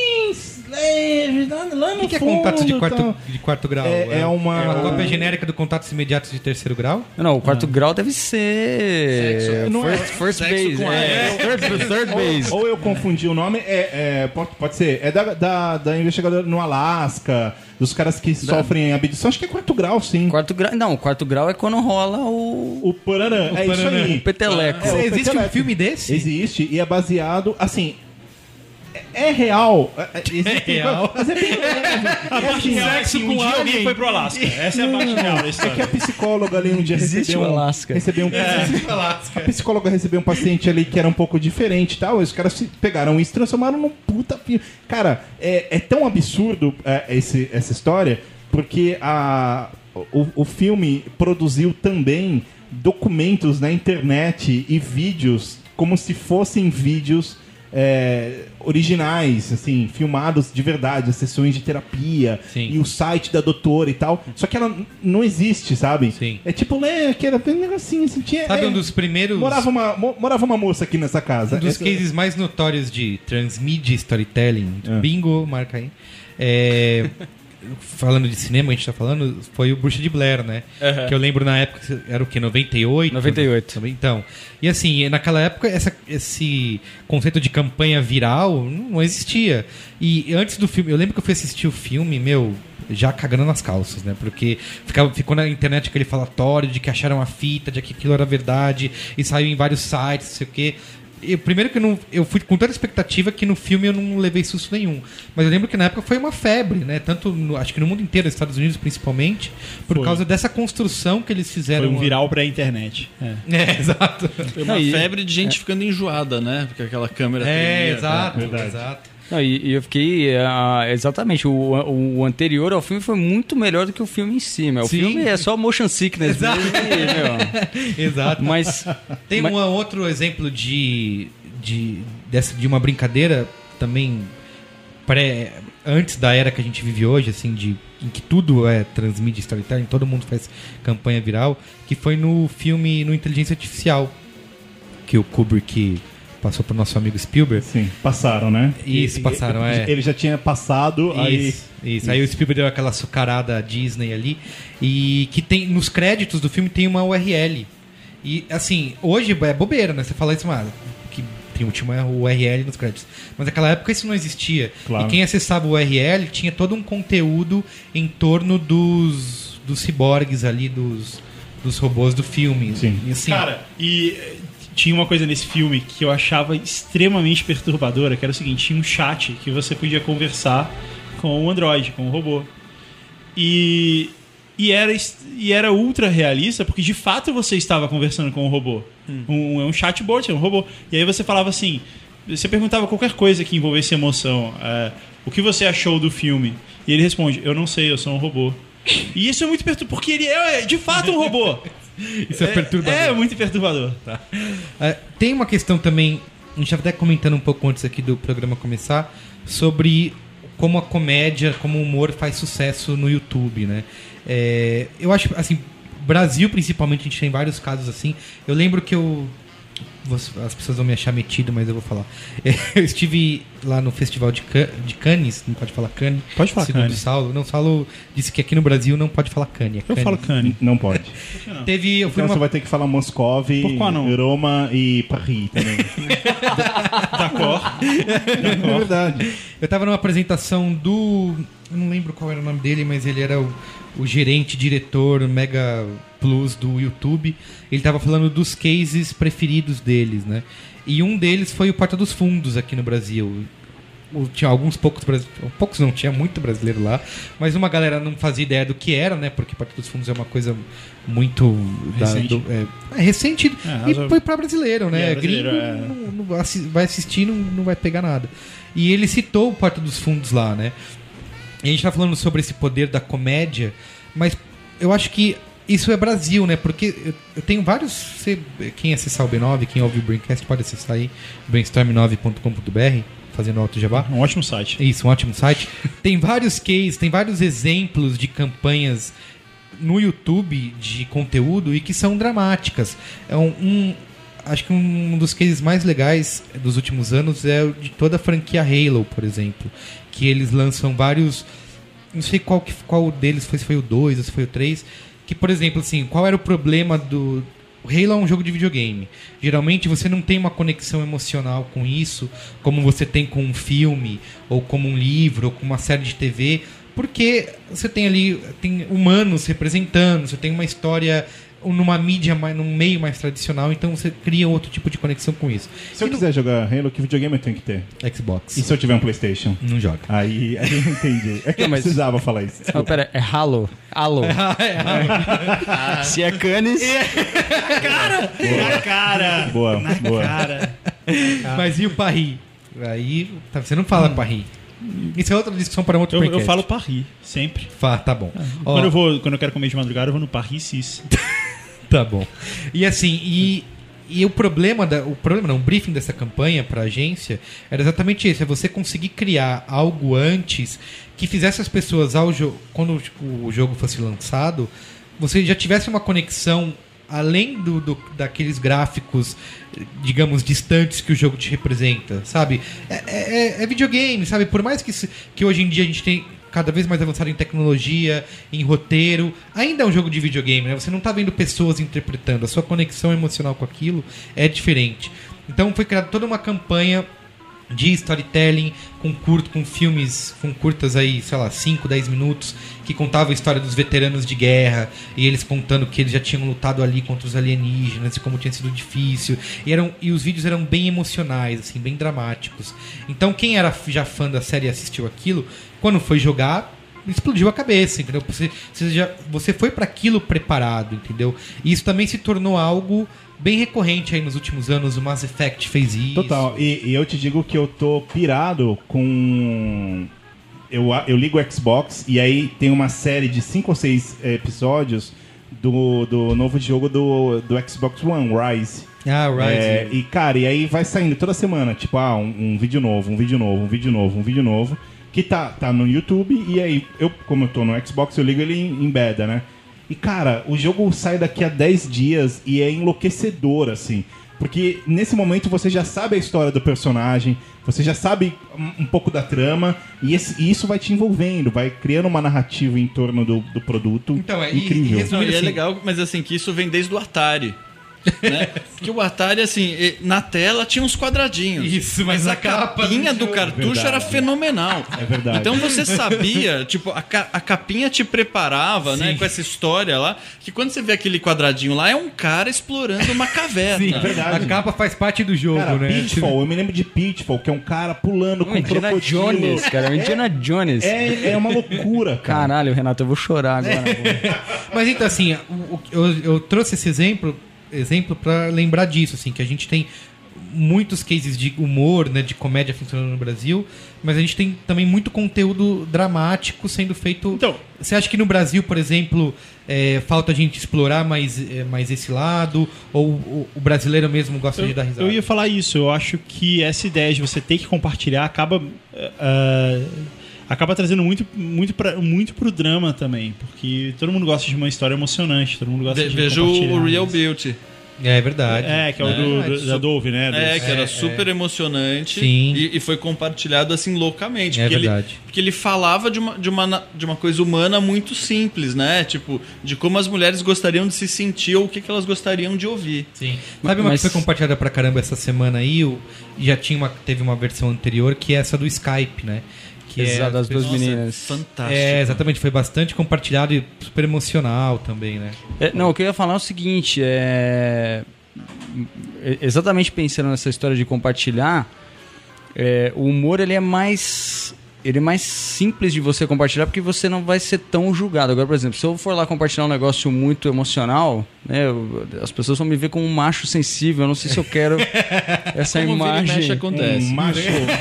Speaker 2: leve, lá no
Speaker 1: O que, que é
Speaker 2: fundo,
Speaker 1: contatos de quarto,
Speaker 2: tal.
Speaker 1: de quarto grau?
Speaker 2: É- é uma-
Speaker 1: É uma cópia genérica do contatos imediatos de terceiro grau?
Speaker 5: Não, o quarto grau deve ser.
Speaker 4: Sexo.
Speaker 2: Não é-
Speaker 5: first, first
Speaker 4: sexo
Speaker 5: base.
Speaker 4: com
Speaker 5: É,
Speaker 4: A.
Speaker 5: third, third base.
Speaker 2: Ou, ou eu confundi o nome, é, é, pode, pode ser, é da, da, da investigadora no Alasca, dos caras que sofrem abdução, acho que é quarto grau, sim.
Speaker 5: Quarto grau. Não, o quarto grau é quando rola o.
Speaker 2: O Paranã, é isso
Speaker 1: Paranã.
Speaker 2: aí.
Speaker 5: O peteleco.
Speaker 2: É, o
Speaker 1: Existe um
Speaker 2: Peteleco.
Speaker 1: filme desse?
Speaker 2: Existe, e é baseado, assim... É, é real. É, é, existe-
Speaker 1: real.
Speaker 2: Mas é bem leve.
Speaker 3: A
Speaker 2: É
Speaker 3: parte
Speaker 2: assim,
Speaker 3: real é que
Speaker 2: assim,
Speaker 3: um
Speaker 2: um
Speaker 3: dia
Speaker 2: dia
Speaker 3: alguém foi pro Alasca. Essa é a parte real da
Speaker 2: É que a
Speaker 3: história.
Speaker 2: psicóloga ali um dia
Speaker 5: Existe
Speaker 2: recebeu
Speaker 5: o
Speaker 2: um,
Speaker 5: Alasca.
Speaker 2: recebeu um A psicóloga recebeu um paciente ali que era um pouco diferente e tal. E os caras se pegaram isso e transformaram num puta filme. Cara, é, é tão absurdo é, esse, essa história, porque a, o, o filme produziu também documentos na internet e vídeos como se fossem vídeos é, originais, assim, filmados de verdade, as sessões de terapia.
Speaker 1: Sim.
Speaker 2: E o site da doutora e tal. Só que ela n- não existe, sabe?
Speaker 1: Sim.
Speaker 2: É tipo, né, que era bem negocinho, assim, tinha...
Speaker 1: Sabe
Speaker 2: é,
Speaker 1: um dos primeiros...
Speaker 2: Morava uma, mo- morava uma moça aqui nessa casa.
Speaker 1: Um dos
Speaker 2: Essa-
Speaker 1: cases mais notórios de transmídia storytelling,
Speaker 2: É.
Speaker 1: bingo, marca aí, é, falando de cinema, a gente tá falando, foi o Bruxa de Blair, né?
Speaker 4: Uhum.
Speaker 1: Que eu lembro na época, era o quê? noventa e oito?
Speaker 5: noventa e oito.
Speaker 1: Então, e assim, naquela época, essa, esse conceito de campanha viral não existia. E antes do filme, eu lembro que eu fui assistir o filme, meu... já cagando nas calças, né? Porque ficava, ficou na internet aquele falatório de que acharam a fita, de que aquilo era verdade, e saiu em vários sites, não sei o quê. Eu, primeiro que eu não. Eu fui com tanta expectativa que no filme eu não levei susto nenhum. Mas eu lembro que na época foi uma febre, né? Tanto no, acho que no mundo inteiro, nos Estados Unidos principalmente, por
Speaker 3: Foi.
Speaker 1: causa dessa construção que eles fizeram.
Speaker 3: Foi um viral pra internet. É.
Speaker 1: É, exato.
Speaker 4: Foi uma
Speaker 5: Não, e-
Speaker 4: febre de gente ficando enjoada, né? Porque aquela câmera
Speaker 1: É,
Speaker 4: tremia,
Speaker 1: exato,
Speaker 2: verdade.
Speaker 1: exato.
Speaker 5: Não, e, e eu fiquei. ah, exatamente, o, o anterior ao filme foi muito melhor do que o filme em cima. O
Speaker 1: Sim.
Speaker 5: filme é só motion sickness
Speaker 1: Exato.
Speaker 5: mesmo. e, meu,
Speaker 1: Exato.
Speaker 5: mas.
Speaker 1: Tem
Speaker 5: mas-
Speaker 1: um outro exemplo de, de, dessa, de uma brincadeira também pré, antes da era que a gente vive hoje, assim, de, em que tudo é transmídia storytelling, todo mundo faz campanha viral, que foi no filme no Inteligência Artificial, que o Kubrick passou pro nosso amigo Spielberg.
Speaker 2: Sim, passaram, né?
Speaker 1: Isso,
Speaker 2: E-
Speaker 1: passaram,
Speaker 2: e-
Speaker 1: é.
Speaker 2: Ele já tinha passado, aí...
Speaker 1: Isso, isso. Aí o Spielberg deu aquela açucarada Disney ali. E que tem nos créditos do filme tem uma U R L. E assim, hoje é bobeira, né? Você fala isso, mas que tem tinha uma U R L nos créditos. Mas naquela época isso não existia.
Speaker 2: Claro.
Speaker 1: E quem acessava o U R L tinha todo um conteúdo em torno dos, dos ciborgues ali, dos, dos robôs do filme.
Speaker 2: Sim.
Speaker 1: E, assim,
Speaker 3: Cara, e eh, tinha uma coisa nesse filme que eu achava extremamente perturbadora, que era o seguinte, tinha um chat que você podia conversar com o Android, com o robô. E, e, era, est- e era ultra realista, porque de fato você estava conversando com o robô. Um, é um chatbot, é um robô. E aí você falava assim, você perguntava qualquer coisa que envolvesse emoção. eh, o que você achou do filme? E ele responde, eu não sei, eu sou um robô. E isso é muito perturbador, porque ele é de fato um robô.
Speaker 1: isso é, perturbador.
Speaker 3: É muito perturbador.
Speaker 1: É, tem uma questão também, a gente estava até comentando um pouco antes aqui do programa começar, sobre como a comédia, como o humor faz sucesso no YouTube, né? É, eu acho, assim, Brasil principalmente, a gente tem vários casos assim. Eu lembro que eu... você- as pessoas vão me achar metido, mas eu vou falar. Eu estive lá no Festival de, Ca- de Cannes, não pode falar Cannes.
Speaker 3: Pode falar
Speaker 1: segundo
Speaker 3: Cannes.
Speaker 1: o Saulo. Não, o Saulo disse que aqui no Brasil não pode falar Cannes. É
Speaker 3: Eu
Speaker 1: Cannes.
Speaker 3: falo Cane.
Speaker 2: Não pode.
Speaker 1: Teve, eu fui
Speaker 2: Então você
Speaker 1: numa
Speaker 2: vai ter que falar Moscou,
Speaker 3: Pourquoi não?
Speaker 2: Roma e Paris também.
Speaker 3: D'accord.
Speaker 2: É verdade.
Speaker 1: Eu tava numa apresentação do... eu não lembro qual era o nome dele, mas ele era o, o gerente, diretor Mega Plus do YouTube. Ele tava falando dos cases preferidos deles, né? E um deles foi o Porta dos Fundos aqui no Brasil. o- tinha alguns poucos brasileiros, poucos não, tinha muito brasileiro lá, mas uma galera não fazia ideia do que era, né? Porque Porta dos Fundos é uma coisa muito da-
Speaker 3: Recente.
Speaker 1: do- é, é recente
Speaker 3: É,
Speaker 1: e
Speaker 3: razo-
Speaker 1: foi pra brasileiro, né?
Speaker 3: É, brasileiro,
Speaker 1: Gringo
Speaker 3: é.
Speaker 1: não- não vai assi- vai assistir, não, não vai pegar nada. E ele citou o Porta dos Fundos lá, né? E a gente tá falando sobre esse poder da comédia, mas eu acho que isso é Brasil, né? Porque eu, eu tenho vários. Você, quem acessar o B nove, quem ouve o Braincast, pode acessar aí, brainstorm nove ponto com ponto b r, fazendo alto jabá.
Speaker 3: Um ótimo site.
Speaker 1: Isso, um ótimo site. Tem vários cases, tem vários exemplos de campanhas no YouTube de conteúdo e que são dramáticas. É um, um- acho que um dos cases mais legais dos últimos anos é o de toda a franquia Halo, por exemplo, que eles lançam vários, não sei qual que, qual deles foi, se foi o dois ou se foi o três, que, por exemplo, assim, qual era o problema do o Halo é um jogo de videogame. Geralmente você não tem uma conexão emocional com isso, como você tem com um filme, ou como um livro, ou com uma série de T V, porque você tem ali tem humanos representando, você tem uma história numa mídia, mais, num meio mais tradicional, então você cria outro tipo de conexão com isso.
Speaker 2: Se eu quiser jogar Halo, que videogame eu tenho que ter?
Speaker 1: Xbox.
Speaker 2: E se eu tiver um PlayStation?
Speaker 1: Não joga.
Speaker 2: Aí, aí eu entendi. É que eu
Speaker 5: mas-
Speaker 2: precisava falar isso.
Speaker 5: Não, pera, é Halo. Halo. Se é Canis,
Speaker 3: Na cara!
Speaker 2: Boa,
Speaker 3: Na
Speaker 2: boa.
Speaker 3: cara!
Speaker 1: Mas e o Paris? Aí tá, você não fala Paris. Isso é outra discussão para um outro
Speaker 3: Eu, eu
Speaker 1: podcast.
Speaker 3: falo Paris, sempre.
Speaker 1: Fa- tá bom. Ó,
Speaker 3: Quando eu, vou, quando eu quero comer de madrugada, eu vou no Paris Cis.
Speaker 1: Tá bom. E assim, e, e o problema, da, o problema não, o briefing dessa campanha para a agência era exatamente esse, é você conseguir criar algo antes que fizesse as pessoas, ao jo- quando o jogo fosse lançado, você já tivesse uma conexão além do, do- daqueles gráficos, digamos, distantes que o jogo te representa, sabe? É, é- é videogame, sabe? Por mais que, se- que hoje em dia a gente tem cada vez mais avançado em tecnologia, em roteiro, ainda é um jogo de videogame, né? Você não tá vendo pessoas interpretando, a sua conexão emocional com aquilo é diferente. Então foi criada toda uma campanha de storytelling com curto, com filmes, com curtas aí, sei lá, cinco, dez minutos, que contavam a história dos veteranos de guerra, e eles contando que eles já tinham lutado ali contra os alienígenas e como tinha sido difícil. E, eram, e os vídeos eram bem emocionais, assim, bem dramáticos. Então quem era já fã da série e assistiu aquilo, quando foi jogar, explodiu a cabeça, entendeu? Você, você, já, você foi para aquilo preparado, entendeu? E isso também se tornou algo bem recorrente aí nos últimos anos. O Mass Effect fez isso.
Speaker 2: Total. E, e eu te digo que eu tô pirado com... Eu, eu ligo o Xbox e aí tem uma série de cinco ou seis episódios do, do novo jogo do, do Xbox One, Rise.
Speaker 1: Ah, Rise.
Speaker 2: É, e, cara, e aí vai saindo toda semana, tipo, ah, um, um vídeo novo, um vídeo novo, um vídeo novo, um vídeo novo, que tá, tá no YouTube, e aí, eu, como eu tô no Xbox, eu ligo ele em, em beta, né? E, cara, o jogo sai daqui a dez dias e é enlouquecedor, assim. Porque nesse momento você já sabe a história do personagem, você já sabe um, um pouco da trama, e, esse- e isso vai te envolvendo, vai criando uma narrativa em torno do, do produto
Speaker 1: Então, é, e-
Speaker 2: incrível.
Speaker 1: e
Speaker 4: Não, e é
Speaker 1: assim-
Speaker 4: legal, mas assim, que isso vem desde o Atari. Né? Que o Atari, assim, e- na tela tinha uns quadradinhos.
Speaker 1: Isso, mas
Speaker 4: a
Speaker 1: na capa
Speaker 4: capinha
Speaker 1: do
Speaker 4: do
Speaker 1: jogo.
Speaker 4: cartucho
Speaker 2: Verdade.
Speaker 4: era fenomenal.
Speaker 2: É verdade.
Speaker 4: Então você sabia, tipo, a, ca- a capinha te preparava, né,
Speaker 1: Sim.
Speaker 4: com essa história lá, que quando você vê aquele quadradinho lá, é um cara explorando uma caverna.
Speaker 1: Sim,
Speaker 2: É verdade.
Speaker 1: a capa faz parte do jogo,
Speaker 2: Cara,
Speaker 1: né?
Speaker 2: Pitfall, eu me lembro de Pitfall, que é um cara pulando com
Speaker 5: o
Speaker 2: um
Speaker 5: Indiana
Speaker 2: crocodilo.
Speaker 5: Jones, cara. O Indiana Jones.
Speaker 2: É, é uma loucura, cara.
Speaker 5: Caralho, Renato, eu vou chorar agora.
Speaker 1: Mas então, assim, o- o- eu, eu trouxe esse exemplo exemplo para lembrar disso, assim, que a gente tem muitos cases de humor, né, de comédia funcionando no Brasil, mas a gente tem também muito conteúdo dramático sendo feito.
Speaker 3: Então-
Speaker 1: Você acha que no Brasil, por exemplo, é, falta a gente explorar mais, é, mais esse lado? Ou o, o brasileiro mesmo gosta
Speaker 3: Eu,
Speaker 1: de dar risada?
Speaker 3: eu ia falar isso. Eu acho que essa ideia de você ter que compartilhar acaba eh, eh, acaba trazendo muito muito pra, muito pro drama também, porque todo mundo gosta de uma história emocionante, todo mundo gosta
Speaker 4: Ve-
Speaker 3: de
Speaker 4: Vejo
Speaker 3: compartilhar
Speaker 4: o Real
Speaker 3: isso.
Speaker 4: Beauty.
Speaker 1: É verdade.
Speaker 3: É, que é o
Speaker 4: É,
Speaker 3: do,
Speaker 1: é,
Speaker 3: do- da
Speaker 1: su-
Speaker 3: Dove, né? Dos-
Speaker 4: É, que era
Speaker 1: É,
Speaker 4: super emocionante.
Speaker 1: Sim.
Speaker 4: E, e foi compartilhado assim loucamente.
Speaker 1: É
Speaker 4: porque
Speaker 1: verdade.
Speaker 4: Ele, porque ele falava de uma, de, uma, na- de uma coisa humana muito simples, né? Tipo, de como as mulheres gostariam de se sentir ou o que, que elas gostariam de ouvir.
Speaker 1: Sim. Sabe uma
Speaker 5: Mas-
Speaker 1: que foi compartilhada pra caramba essa semana aí? O, já tinha uma, teve uma versão anterior que é essa do Skype, né? Que
Speaker 5: Exato, das duas
Speaker 4: Nossa,
Speaker 5: meninas.
Speaker 4: Fantástico.
Speaker 1: É, exatamente, foi bastante compartilhado e super emocional também, né?
Speaker 5: É, não, o que eu ia falar é o seguinte, é... é- exatamente pensando nessa história de compartilhar, É, o humor, ele é mais... Ele é mais simples de você compartilhar porque você não vai ser tão julgado. Agora, por exemplo, se eu for lá compartilhar um negócio muito emocional, né, eu, as pessoas vão me ver como um macho sensível. Eu não sei se eu quero essa
Speaker 4: Como vira e
Speaker 5: imagem.
Speaker 4: mexe, acontece.
Speaker 2: Um macho,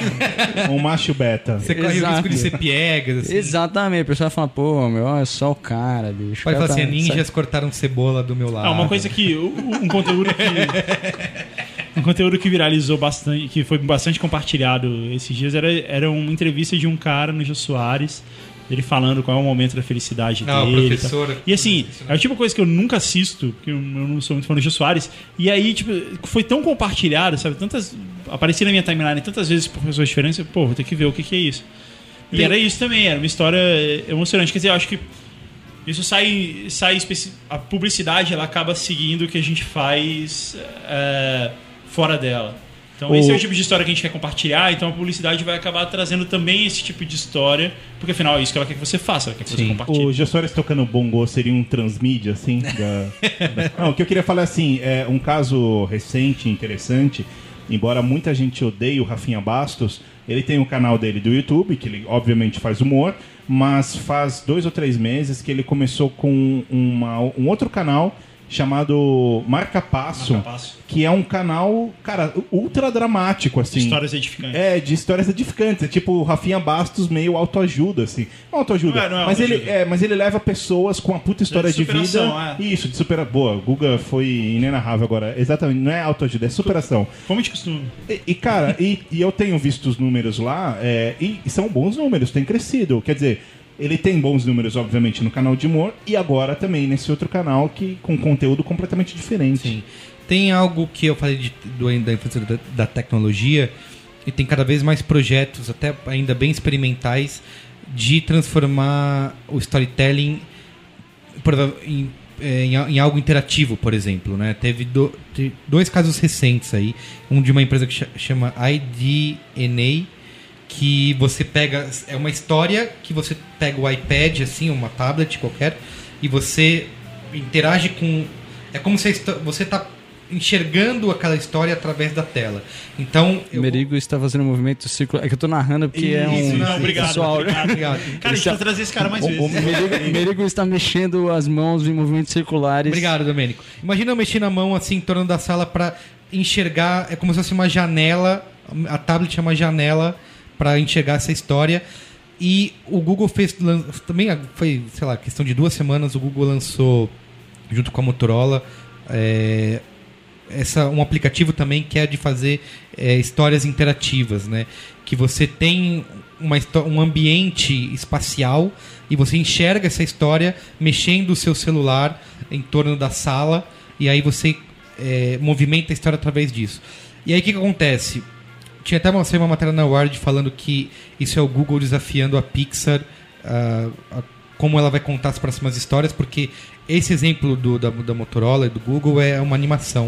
Speaker 2: um macho beta.
Speaker 1: Você corre o
Speaker 5: Exato.
Speaker 1: risco de ser piegas, assim.
Speaker 5: Exatamente. A pessoa vai falar, pô, meu, é só o cara, bicho.
Speaker 1: Pode
Speaker 5: O cara
Speaker 1: falar assim,
Speaker 5: tá-
Speaker 1: ninjas cortaram cebola do meu lado.
Speaker 3: Ah, uma coisa que. Um conteúdo que. Um conteúdo que viralizou bastante, que foi bastante compartilhado esses dias, era, era uma entrevista de um cara no Jô Soares, ele falando qual é o momento da felicidade
Speaker 1: Ah, o
Speaker 3: dele.
Speaker 1: professor.
Speaker 3: E, tal. E assim, é o tipo de coisa que eu nunca assisto, porque eu eu não sou muito fã do Jô Soares. E aí, tipo, foi tão compartilhado, sabe? Tantas. Aparecia na minha timeline tantas vezes por pessoas diferentes, eu, pô, vou ter que ver o que, que é isso. E
Speaker 1: Tem-
Speaker 3: era isso também, era uma história emocionante. Quer dizer, eu acho que isso sai. sai especi- a publicidade ela acaba seguindo o que a gente faz é, fora dela. Então,
Speaker 2: O-
Speaker 3: esse é o tipo de história que a gente quer compartilhar. Então, a publicidade vai acabar trazendo também esse tipo de história, porque afinal é isso que ela quer que você faça, ela quer que
Speaker 1: Sim.
Speaker 3: você compartilhe.
Speaker 2: O Jô Soares tocando bongo seria um transmídia, assim? Da... da- Não, o que eu queria falar, assim, é um caso recente, interessante, embora muita gente odeie o Rafinha Bastos, ele tem um canal dele do YouTube, que ele obviamente faz humor, mas faz dois ou três meses que ele começou com uma, um outro canal chamado Marca Passo,
Speaker 3: Marca Passo.
Speaker 2: que é um canal, cara, ultra dramático, assim.
Speaker 3: Histórias edificantes.
Speaker 2: É, de histórias edificantes. É tipo o Rafinha Bastos meio autoajuda, assim. Não autoajuda,
Speaker 3: Não é- não é
Speaker 2: mas,
Speaker 3: autoajuda.
Speaker 2: ele, é, mas ele leva pessoas com uma puta história
Speaker 3: De
Speaker 2: de, vida.
Speaker 3: superação, é.
Speaker 2: Isso, de superação. Boa, Guga foi inenarrável agora. Exatamente, não é autoajuda, é superação.
Speaker 3: Como de costume.
Speaker 2: E, e, cara, e, e eu tenho visto os números lá, é, e, e são bons números, tem crescido. Quer dizer, ele tem bons números, obviamente, no canal de humor, e agora também nesse outro canal que, com conteúdo completamente diferente.
Speaker 1: Sim. Tem algo que eu falei de, do, da influência da, da tecnologia, e tem cada vez mais projetos, até ainda bem experimentais, de transformar o storytelling por- em, é, em, em algo interativo, por exemplo. Né? Teve do, te- dois casos recentes aí, um de uma empresa que cha- chama I D N A, que você pega, é uma história que você pega o iPad, assim, uma tablet qualquer, e você interage com... É como se a histó- você está enxergando aquela história através da tela. Então...
Speaker 5: O Merigo está fazendo um movimento circular. É que eu tô narrando porque é um...
Speaker 3: Isso, não, obrigado.
Speaker 5: pessoal-
Speaker 3: obrigado.
Speaker 1: Obrigado.
Speaker 3: Cara, a gente precisa
Speaker 5: Esse é-
Speaker 3: trazer esse cara mais
Speaker 5: O,
Speaker 3: vezes.
Speaker 5: o Merigo, Merigo está mexendo as mãos em movimentos circulares.
Speaker 1: Obrigado, Domênico. Imagina eu mexer na mão assim em torno da sala para enxergar, é como se fosse uma janela, a tablet é uma janela para enxergar essa história. E o Google fez lan- também foi, sei lá, questão de duas semanas, o Google lançou junto com a Motorola é, essa, um aplicativo também que é de fazer é, histórias interativas, né? Que você tem uma, histó- um ambiente espacial e você enxerga essa história mexendo o seu celular em torno da sala e aí você é, movimenta a história através disso. E aí o que, que acontece? Tinha até uma, saiu uma matéria na Wired falando que isso é o Google desafiando a Pixar, ah, a- como ela vai contar as próximas histórias, porque esse exemplo do, da, da Motorola e do Google é uma animação.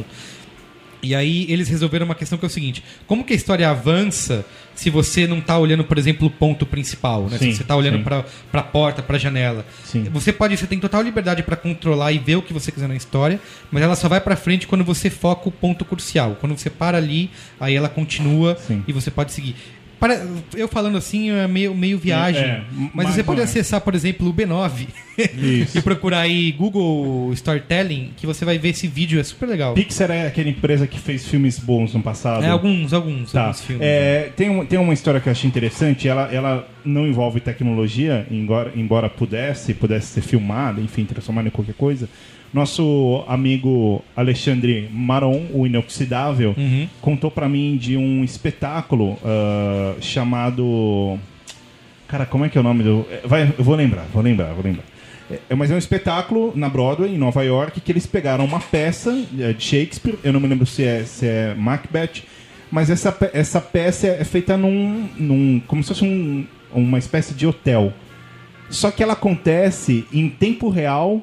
Speaker 1: E aí eles resolveram uma questão que é o seguinte: como que a história avança se você não está olhando, por exemplo, o ponto principal, né?
Speaker 2: Sim,
Speaker 1: Se você está olhando
Speaker 2: sim.
Speaker 1: para a porta, para a janela.
Speaker 2: Sim.
Speaker 1: Você pode, você tem total liberdade para controlar e ver o que você quiser na história, mas ela só vai para frente quando você foca o ponto crucial. Quando você para ali, aí ela continua
Speaker 2: Sim.
Speaker 1: e você pode seguir. Para- eu falando assim é meio, meio viagem,
Speaker 2: É,
Speaker 1: mas,
Speaker 2: mas
Speaker 1: você pode
Speaker 2: não é.
Speaker 1: acessar, por exemplo, o B nove
Speaker 2: Isso.
Speaker 1: e procurar aí Google Storytelling, que você vai ver esse vídeo, é super legal.
Speaker 2: Pixar é aquela empresa que fez filmes bons no passado.
Speaker 1: É, alguns, alguns,
Speaker 2: Tá.
Speaker 1: alguns filmes.
Speaker 2: É, tem, um- tem uma história que eu achei interessante. Ela, ela não envolve tecnologia, embora, embora pudesse, pudesse ser filmada, enfim, transformada em qualquer coisa. Nosso amigo Alexandre Maron, o Inoxidável,
Speaker 1: Uhum.
Speaker 2: contou pra mim de um espetáculo ah, chamado... Cara, como é que é o nome do... é, Vai, eu vou lembrar, vou lembrar, vou lembrar. É, mas é um espetáculo na Broadway, em Nova York, que eles pegaram uma peça é, de Shakespeare, eu não me lembro se é, se é Macbeth, mas essa, pe- essa peça é feita num, num como se fosse um, uma espécie de hotel. Só que ela acontece em tempo real,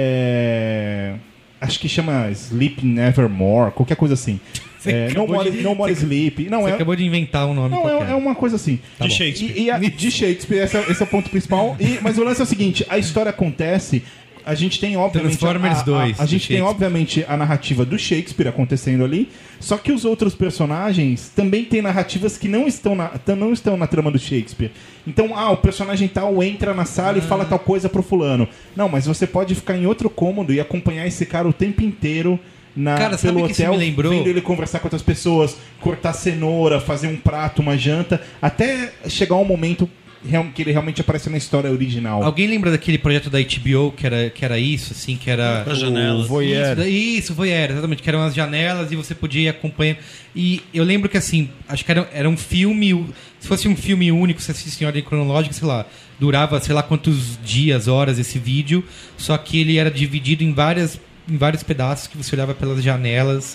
Speaker 2: é, acho que chama Sleep Nevermore, qualquer coisa assim. É, no
Speaker 1: acabou
Speaker 2: more,
Speaker 1: de-
Speaker 2: no more Sleep. Não,
Speaker 1: Você
Speaker 2: é,
Speaker 1: acabou de inventar um nome
Speaker 2: não,
Speaker 1: qualquer.
Speaker 2: é, é uma coisa assim.
Speaker 1: Tá
Speaker 3: De
Speaker 1: bom.
Speaker 3: Shakespeare.
Speaker 2: E, e a- de Shakespeare, esse é, esse é o ponto principal. E- mas o lance é o seguinte: a história acontece a gente tem, obviamente...
Speaker 1: Transformers
Speaker 2: a, a,
Speaker 1: dois,
Speaker 2: A, a gente
Speaker 1: do
Speaker 2: tem,
Speaker 1: Shakespeare.
Speaker 2: obviamente, a narrativa do Shakespeare acontecendo ali, só que os outros personagens também têm narrativas que não estão na, não estão na trama do Shakespeare. Então, ah, o personagem tal entra na sala e fala tal coisa pro fulano. Não, mas você pode ficar em outro cômodo e acompanhar esse cara o tempo inteiro na,
Speaker 1: Cara, sabe
Speaker 2: pelo
Speaker 1: que isso
Speaker 2: hotel,
Speaker 1: me lembrou?
Speaker 2: vendo ele conversar com outras pessoas, cortar cenoura, fazer um prato, uma janta, até chegar um momento real- que ele realmente aparece na história original.
Speaker 1: Alguém lembra daquele projeto da H B O que era, que era isso, assim, que era...
Speaker 4: As janelas.
Speaker 5: Voyeur.
Speaker 1: Isso, isso, Voyeur, exatamente, que eram as janelas e você podia ir acompanhando. E eu lembro que, assim, acho que era, era um filme, se fosse um filme único, se assistisse em ordem cronológica, sei lá, durava sei lá quantos dias, horas esse vídeo, só que ele era dividido em várias em vários pedaços que você olhava pelas janelas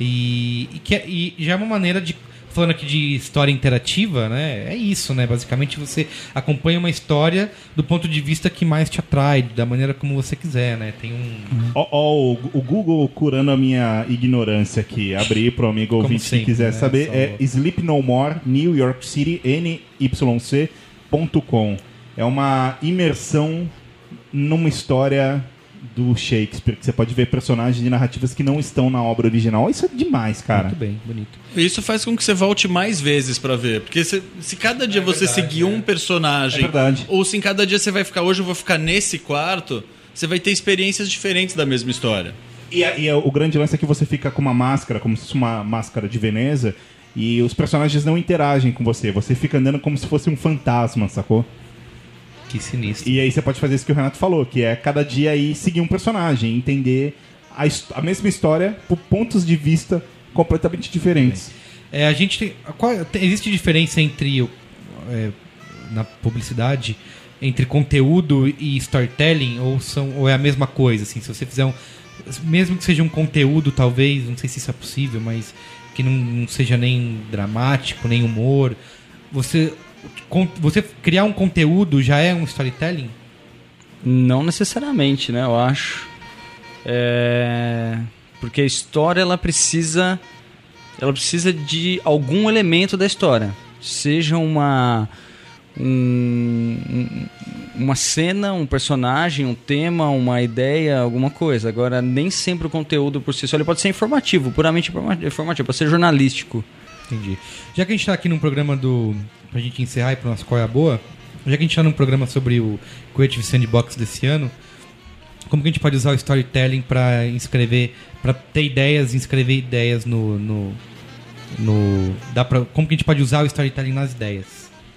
Speaker 1: e, e, que, é- e já é uma maneira de, falando aqui de história interativa, né, é isso, né, basicamente você acompanha uma história do ponto de vista que mais te atrai, da maneira como você quiser, né, tem um...
Speaker 2: Ó, ó, o, o Google curando a minha ignorância aqui. Abri pro amigo
Speaker 1: Como
Speaker 2: ouvinte
Speaker 1: sempre,
Speaker 2: que quiser
Speaker 1: né?
Speaker 2: saber.
Speaker 1: Só-
Speaker 2: É Sleep No More, New York City, N Y C ponto com. É uma imersão numa história do Shakespeare, que você pode ver personagens e narrativas que não estão na obra original. Isso é demais, cara.
Speaker 1: Muito bem, bonito.
Speaker 4: Isso faz com que você volte mais vezes pra ver. Porque se, se cada dia você seguir um personagem,
Speaker 2: É verdade.
Speaker 4: ou se em cada dia você vai ficar, hoje eu vou ficar nesse quarto, você vai ter experiências diferentes da mesma história.
Speaker 2: E, a- e a- o grande lance é que você fica com uma máscara, como se fosse uma máscara de Veneza, e os personagens não interagem com você. Você fica andando como se fosse um fantasma, sacou?
Speaker 1: Que sinistro.
Speaker 2: E aí você pode fazer isso que o Renato falou, que é cada dia aí seguir um personagem, entender a, his- a mesma história por pontos de vista completamente diferentes.
Speaker 1: É, a gente tem, qual- tem- existe diferença entre o- é, na publicidade entre conteúdo e storytelling ou são ou é a mesma coisa assim? Se você fizer um, mesmo que seja um conteúdo, talvez, não sei se isso é possível, mas que não, não seja nem dramático, nem humor, você con- você criar um conteúdo já é um storytelling?
Speaker 5: Não necessariamente, né? Eu acho. É... Porque a história ela precisa, ela precisa de algum elemento da história, seja uma um- um- uma cena, um personagem, um tema, uma ideia, alguma coisa. Agora, nem sempre o conteúdo por si só ele pode ser informativo, puramente informa- informativo, pode ser jornalístico.
Speaker 1: Entendi. Já que a gente tá aqui num programa do... Pra gente encerrar e pro nosso Qual é a Boa, já que a gente tá num programa sobre o Creative Sandbox desse ano, como que a gente pode usar o storytelling pra inscrever, pra ter ideias e inscrever ideias no... no, no dá pra, como que a gente pode usar o storytelling nas ideias?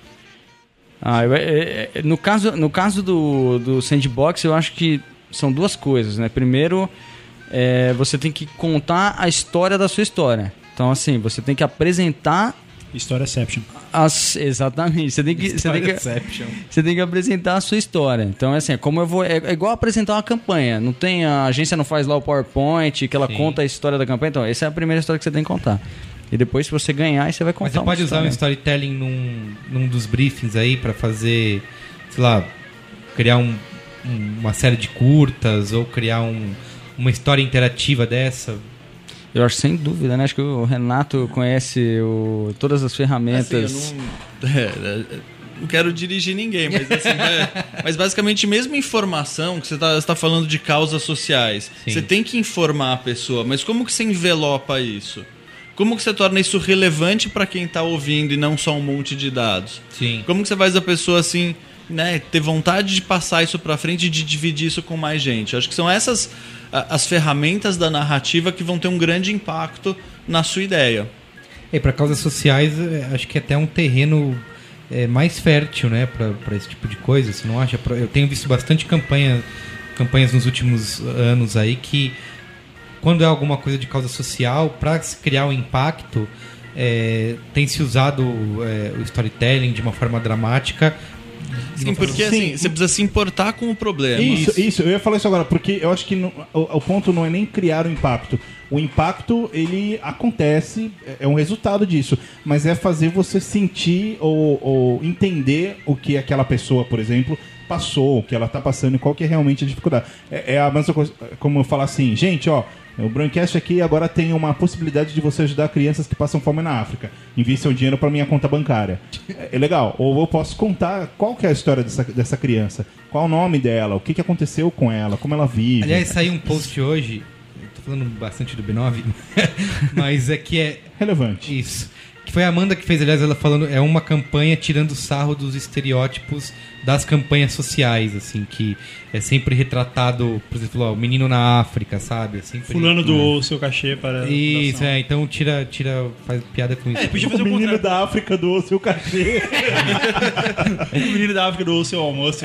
Speaker 5: Ah, eu- é- é- no caso, no caso do, do sandbox, eu acho que são duas coisas, né? Primeiro, é, você tem que contar a história da sua história. Então, assim, você tem que apresentar
Speaker 3: Storyception.
Speaker 5: as... Exatamente. Você tem que, você tem que, você tem que apresentar a sua história. Então, é assim, como eu vou... É, é igual apresentar uma campanha. Não tem... A agência não faz lá o PowerPoint, que ela
Speaker 1: Sim.
Speaker 5: conta a história da campanha. Então, essa é a primeira história que você tem que contar. E depois, se você ganhar, aí você vai contar
Speaker 1: Mas você
Speaker 5: uma
Speaker 1: pode usar um
Speaker 5: história.
Speaker 1: storytelling num, num dos briefings aí pra fazer, sei lá, criar um- um- uma série de curtas ou criar um- uma história interativa dessa.
Speaker 5: Eu acho sem dúvida, né? Acho que o Renato conhece o, todas as ferramentas.
Speaker 4: Assim, eu não, é, é, não quero dirigir ninguém, mas, assim, é, mas basicamente, mesmo informação, que você está tá falando de causas sociais,
Speaker 1: Sim.
Speaker 4: você tem que informar a pessoa, mas como que você envelopa isso? Como que você torna isso relevante para quem está ouvindo e não só um monte de dados?
Speaker 1: Sim.
Speaker 4: Como que você faz a pessoa assim, né, ter vontade de passar isso para frente e de dividir isso com mais gente? Acho que são essas a- as ferramentas da narrativa que vão ter um grande impacto na sua ideia.
Speaker 1: E para causas sociais, é, acho que é até um terreno é, mais fértil, né, para esse tipo de coisa. Você não acha? Pra- Eu tenho visto bastante campanha, campanhas nos últimos anos aí que, quando é alguma coisa de causa social, para se criar um impacto, é, tem se usado é, o storytelling de uma forma dramática. de
Speaker 4: Sim,
Speaker 1: uma forma-
Speaker 4: porque assim,
Speaker 2: Sim.
Speaker 4: você precisa se importar com o problema.
Speaker 2: Isso, isso, eu ia falar isso agora, porque eu acho que no- o, o ponto não é nem criar o impacto. O impacto, ele acontece, é- é um resultado disso, mas é fazer você sentir ou, ou entender o que aquela pessoa, por exemplo, passou, o que ela tá passando e qual que é realmente a dificuldade. É, é a mesma coisa, como eu falar assim, gente, ó, o Braincast aqui agora tem uma possibilidade de você ajudar crianças que passam fome na África. Envie seu dinheiro para minha conta bancária. É, é legal. Ou eu posso contar qual que é a história dessa, dessa criança, qual o nome dela, o que, que aconteceu com ela, como ela vive.
Speaker 1: Aliás, saiu um post hoje, eu tô falando bastante do B nove, mas é que é...
Speaker 2: relevante.
Speaker 1: Isso. Que foi a Amanda que fez, aliás, ela falando, é uma campanha tirando sarro dos estereótipos das campanhas sociais, assim, que é sempre retratado, por exemplo, ó, o menino na África, sabe? É sempre,
Speaker 3: Fulano doou o seu cachê para...
Speaker 1: Isso,
Speaker 3: doação.
Speaker 1: é, então tira, tira, faz piada com isso.
Speaker 3: É, podia fazer
Speaker 2: O
Speaker 3: o
Speaker 2: menino
Speaker 3: contrário.
Speaker 2: da África doou seu cachê.
Speaker 3: O menino da África doou o seu almoço.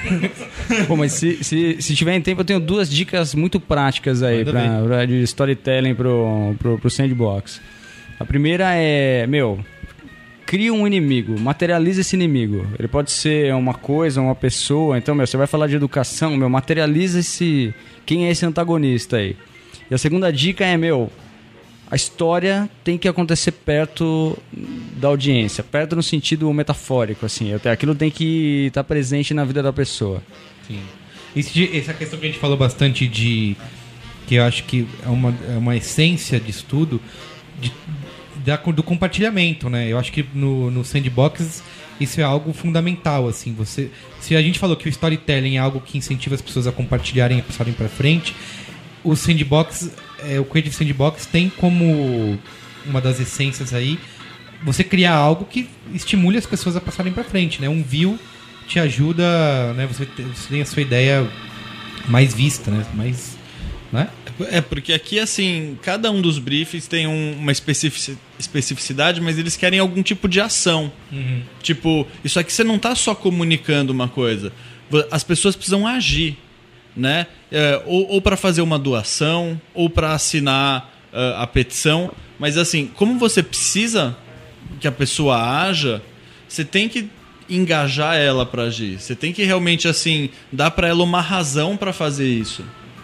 Speaker 5: Pô, mas se, se, se tiver em tempo, eu tenho duas dicas muito práticas aí
Speaker 1: Manda
Speaker 5: pra, pra- de storytelling pro, pro, pro Sandbox. A primeira é, meu, cria um inimigo, materializa esse inimigo. Ele pode ser uma coisa, uma pessoa. Então, meu, você vai falar de educação, meu, materializa esse... Quem é esse antagonista aí? E a segunda dica é, meu, a história tem que acontecer perto da audiência. Perto no sentido metafórico, assim. Aquilo tem que estar presente na vida da pessoa.
Speaker 1: Sim. Isso de- essa questão que a gente falou bastante de... Que eu acho que é uma, é uma essência de estudo... De, da, do compartilhamento, né? Eu acho que no, no Sandbox isso é algo fundamental, assim. Você, se a gente falou que o storytelling é algo que incentiva as pessoas a compartilharem e passarem para frente, o Sandbox, é, o Creative Sandbox tem como uma das essências aí você criar algo que estimule as pessoas a passarem para frente, né? Um view te ajuda, né? Você tem, você tem a sua ideia mais vista, né? Mais, né?
Speaker 4: É, porque aqui, assim, cada um dos briefings tem um- uma especifici- especificidade, mas eles querem algum tipo de ação. Tipo, isso aqui você não tá só comunicando uma coisa. Vo- As pessoas precisam agir, né? É, ou ou para fazer uma doação, ou para assinar ah, a petição. Mas, assim, como você precisa que a pessoa haja, você tem que engajar ela para agir. Você tem que realmente, assim, dar para ela uma razão para fazer isso.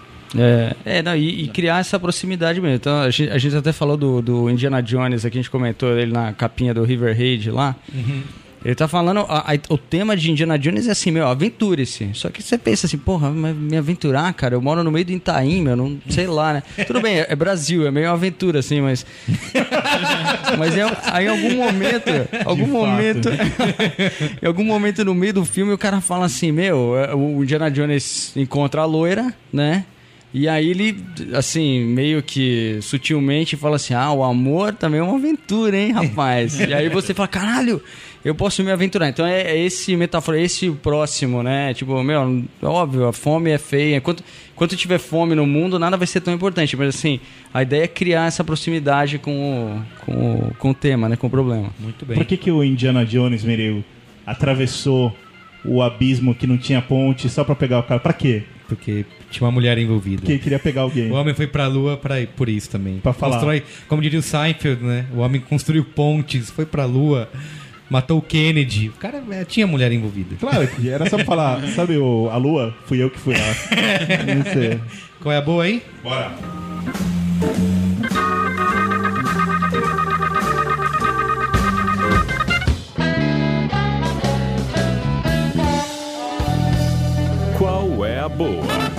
Speaker 5: É, é não, e, e criar essa proximidade mesmo. Então, a gente, a gente até falou do, do Indiana Jones, aqui a gente comentou ele na capinha do River Raid lá. Ele tá falando, a- a- o tema de Indiana Jones é assim, meu, aventure-se. Só que você pensa assim, porra, mas me aventurar, cara, eu moro no meio do Itaim, meu, não sei lá, né? Tudo bem, é, é Brasil, é meio uma aventura, assim, mas... mas é, aí em algum momento, algum
Speaker 2: fato.
Speaker 5: momento... em algum momento no meio do filme, o cara fala assim, meu, é, o Indiana Jones encontra a loira, né? E aí ele, assim, meio que sutilmente fala assim, ah, o amor também é uma aventura, hein, rapaz? E aí você fala, caralho, eu posso me aventurar. Então é, é esse metáfora, é esse o próximo, né? Tipo, meu, óbvio, a fome é feia. Enquanto, enquanto tiver fome no mundo, nada vai ser tão importante. Mas assim, a ideia é criar essa proximidade com o, com o, com o tema, né? Com o problema.
Speaker 1: Muito bem.
Speaker 2: Por que, que o Indiana Jones, Mereu, atravessou o abismo que não tinha ponte só pra pegar o cara? Pra quê?
Speaker 1: Porque tinha uma mulher envolvida.
Speaker 2: Porque ele queria pegar alguém.
Speaker 1: O homem foi pra lua pra, por isso também.
Speaker 2: Pra falar.
Speaker 1: Constrói, como diria o Seinfeld, né? O homem construiu pontes, foi pra lua, matou o Kennedy. O cara é, tinha mulher envolvida.
Speaker 2: Claro que era só pra falar, sabe o, a lua? Fui eu que fui lá. Não sei.
Speaker 1: Qual é a boa aí?
Speaker 2: Bora.
Speaker 6: Qual é a boa?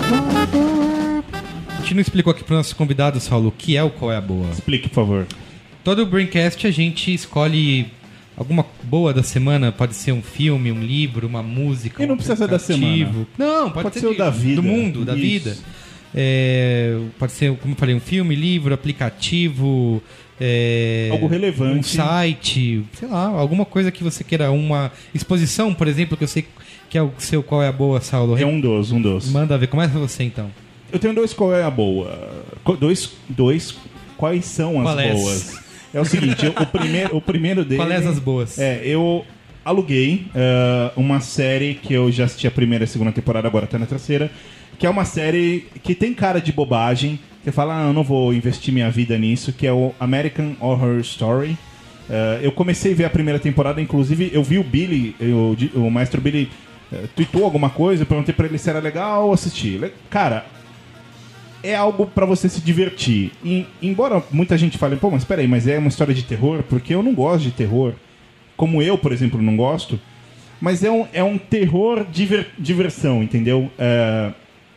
Speaker 1: A gente não explicou aqui para nossos convidados, Saulo, o que é o Qual é a Boa.
Speaker 2: Explique, por favor.
Speaker 1: Todo o Braincast a gente escolhe alguma boa da semana. Pode ser um filme, um livro, uma música.
Speaker 2: E não
Speaker 1: um
Speaker 2: precisa ser da
Speaker 1: aplicativo. Não, pode,
Speaker 2: Pode
Speaker 1: ser,
Speaker 2: ser o
Speaker 1: de-
Speaker 2: da vida.
Speaker 1: Do mundo, da
Speaker 2: Isso.
Speaker 1: vida. É, pode ser, como eu falei, um filme, livro, aplicativo. é,
Speaker 2: Algo relevante.
Speaker 1: Um site, sei lá, alguma coisa que você queira. Uma exposição, por exemplo, que eu sei que é o seu Qual é a Boa, Saulo.
Speaker 2: É um dos, um dos.
Speaker 1: Manda ver. Começa você então.
Speaker 2: Eu tenho dois qual é a boa. Co- Dois, dois quais são as
Speaker 1: Qual é?
Speaker 2: boas? É o seguinte, eu- o, primeiro, o primeiro dele...
Speaker 1: Qual é as boas?
Speaker 2: É, eu aluguei eh, uma série que eu já assisti a primeira e a segunda temporada, agora tá na terceira, que é uma série que tem cara de bobagem, que fala, ah, eu não vou investir minha vida nisso, que é o American Horror Story. Eh, eu comecei a ver a primeira temporada, inclusive eu vi o Billy, eu- o maestro Billy eh, tweetou alguma coisa, eu perguntei pra ele se era legal, assisti. Le- Cara, é algo pra você se divertir. E, embora muita gente fale, pô, mas peraí, mas é uma história de terror? Porque eu não gosto de terror. Como eu, por exemplo, não gosto. mas é um, é um terror diver, diversão, entendeu? É,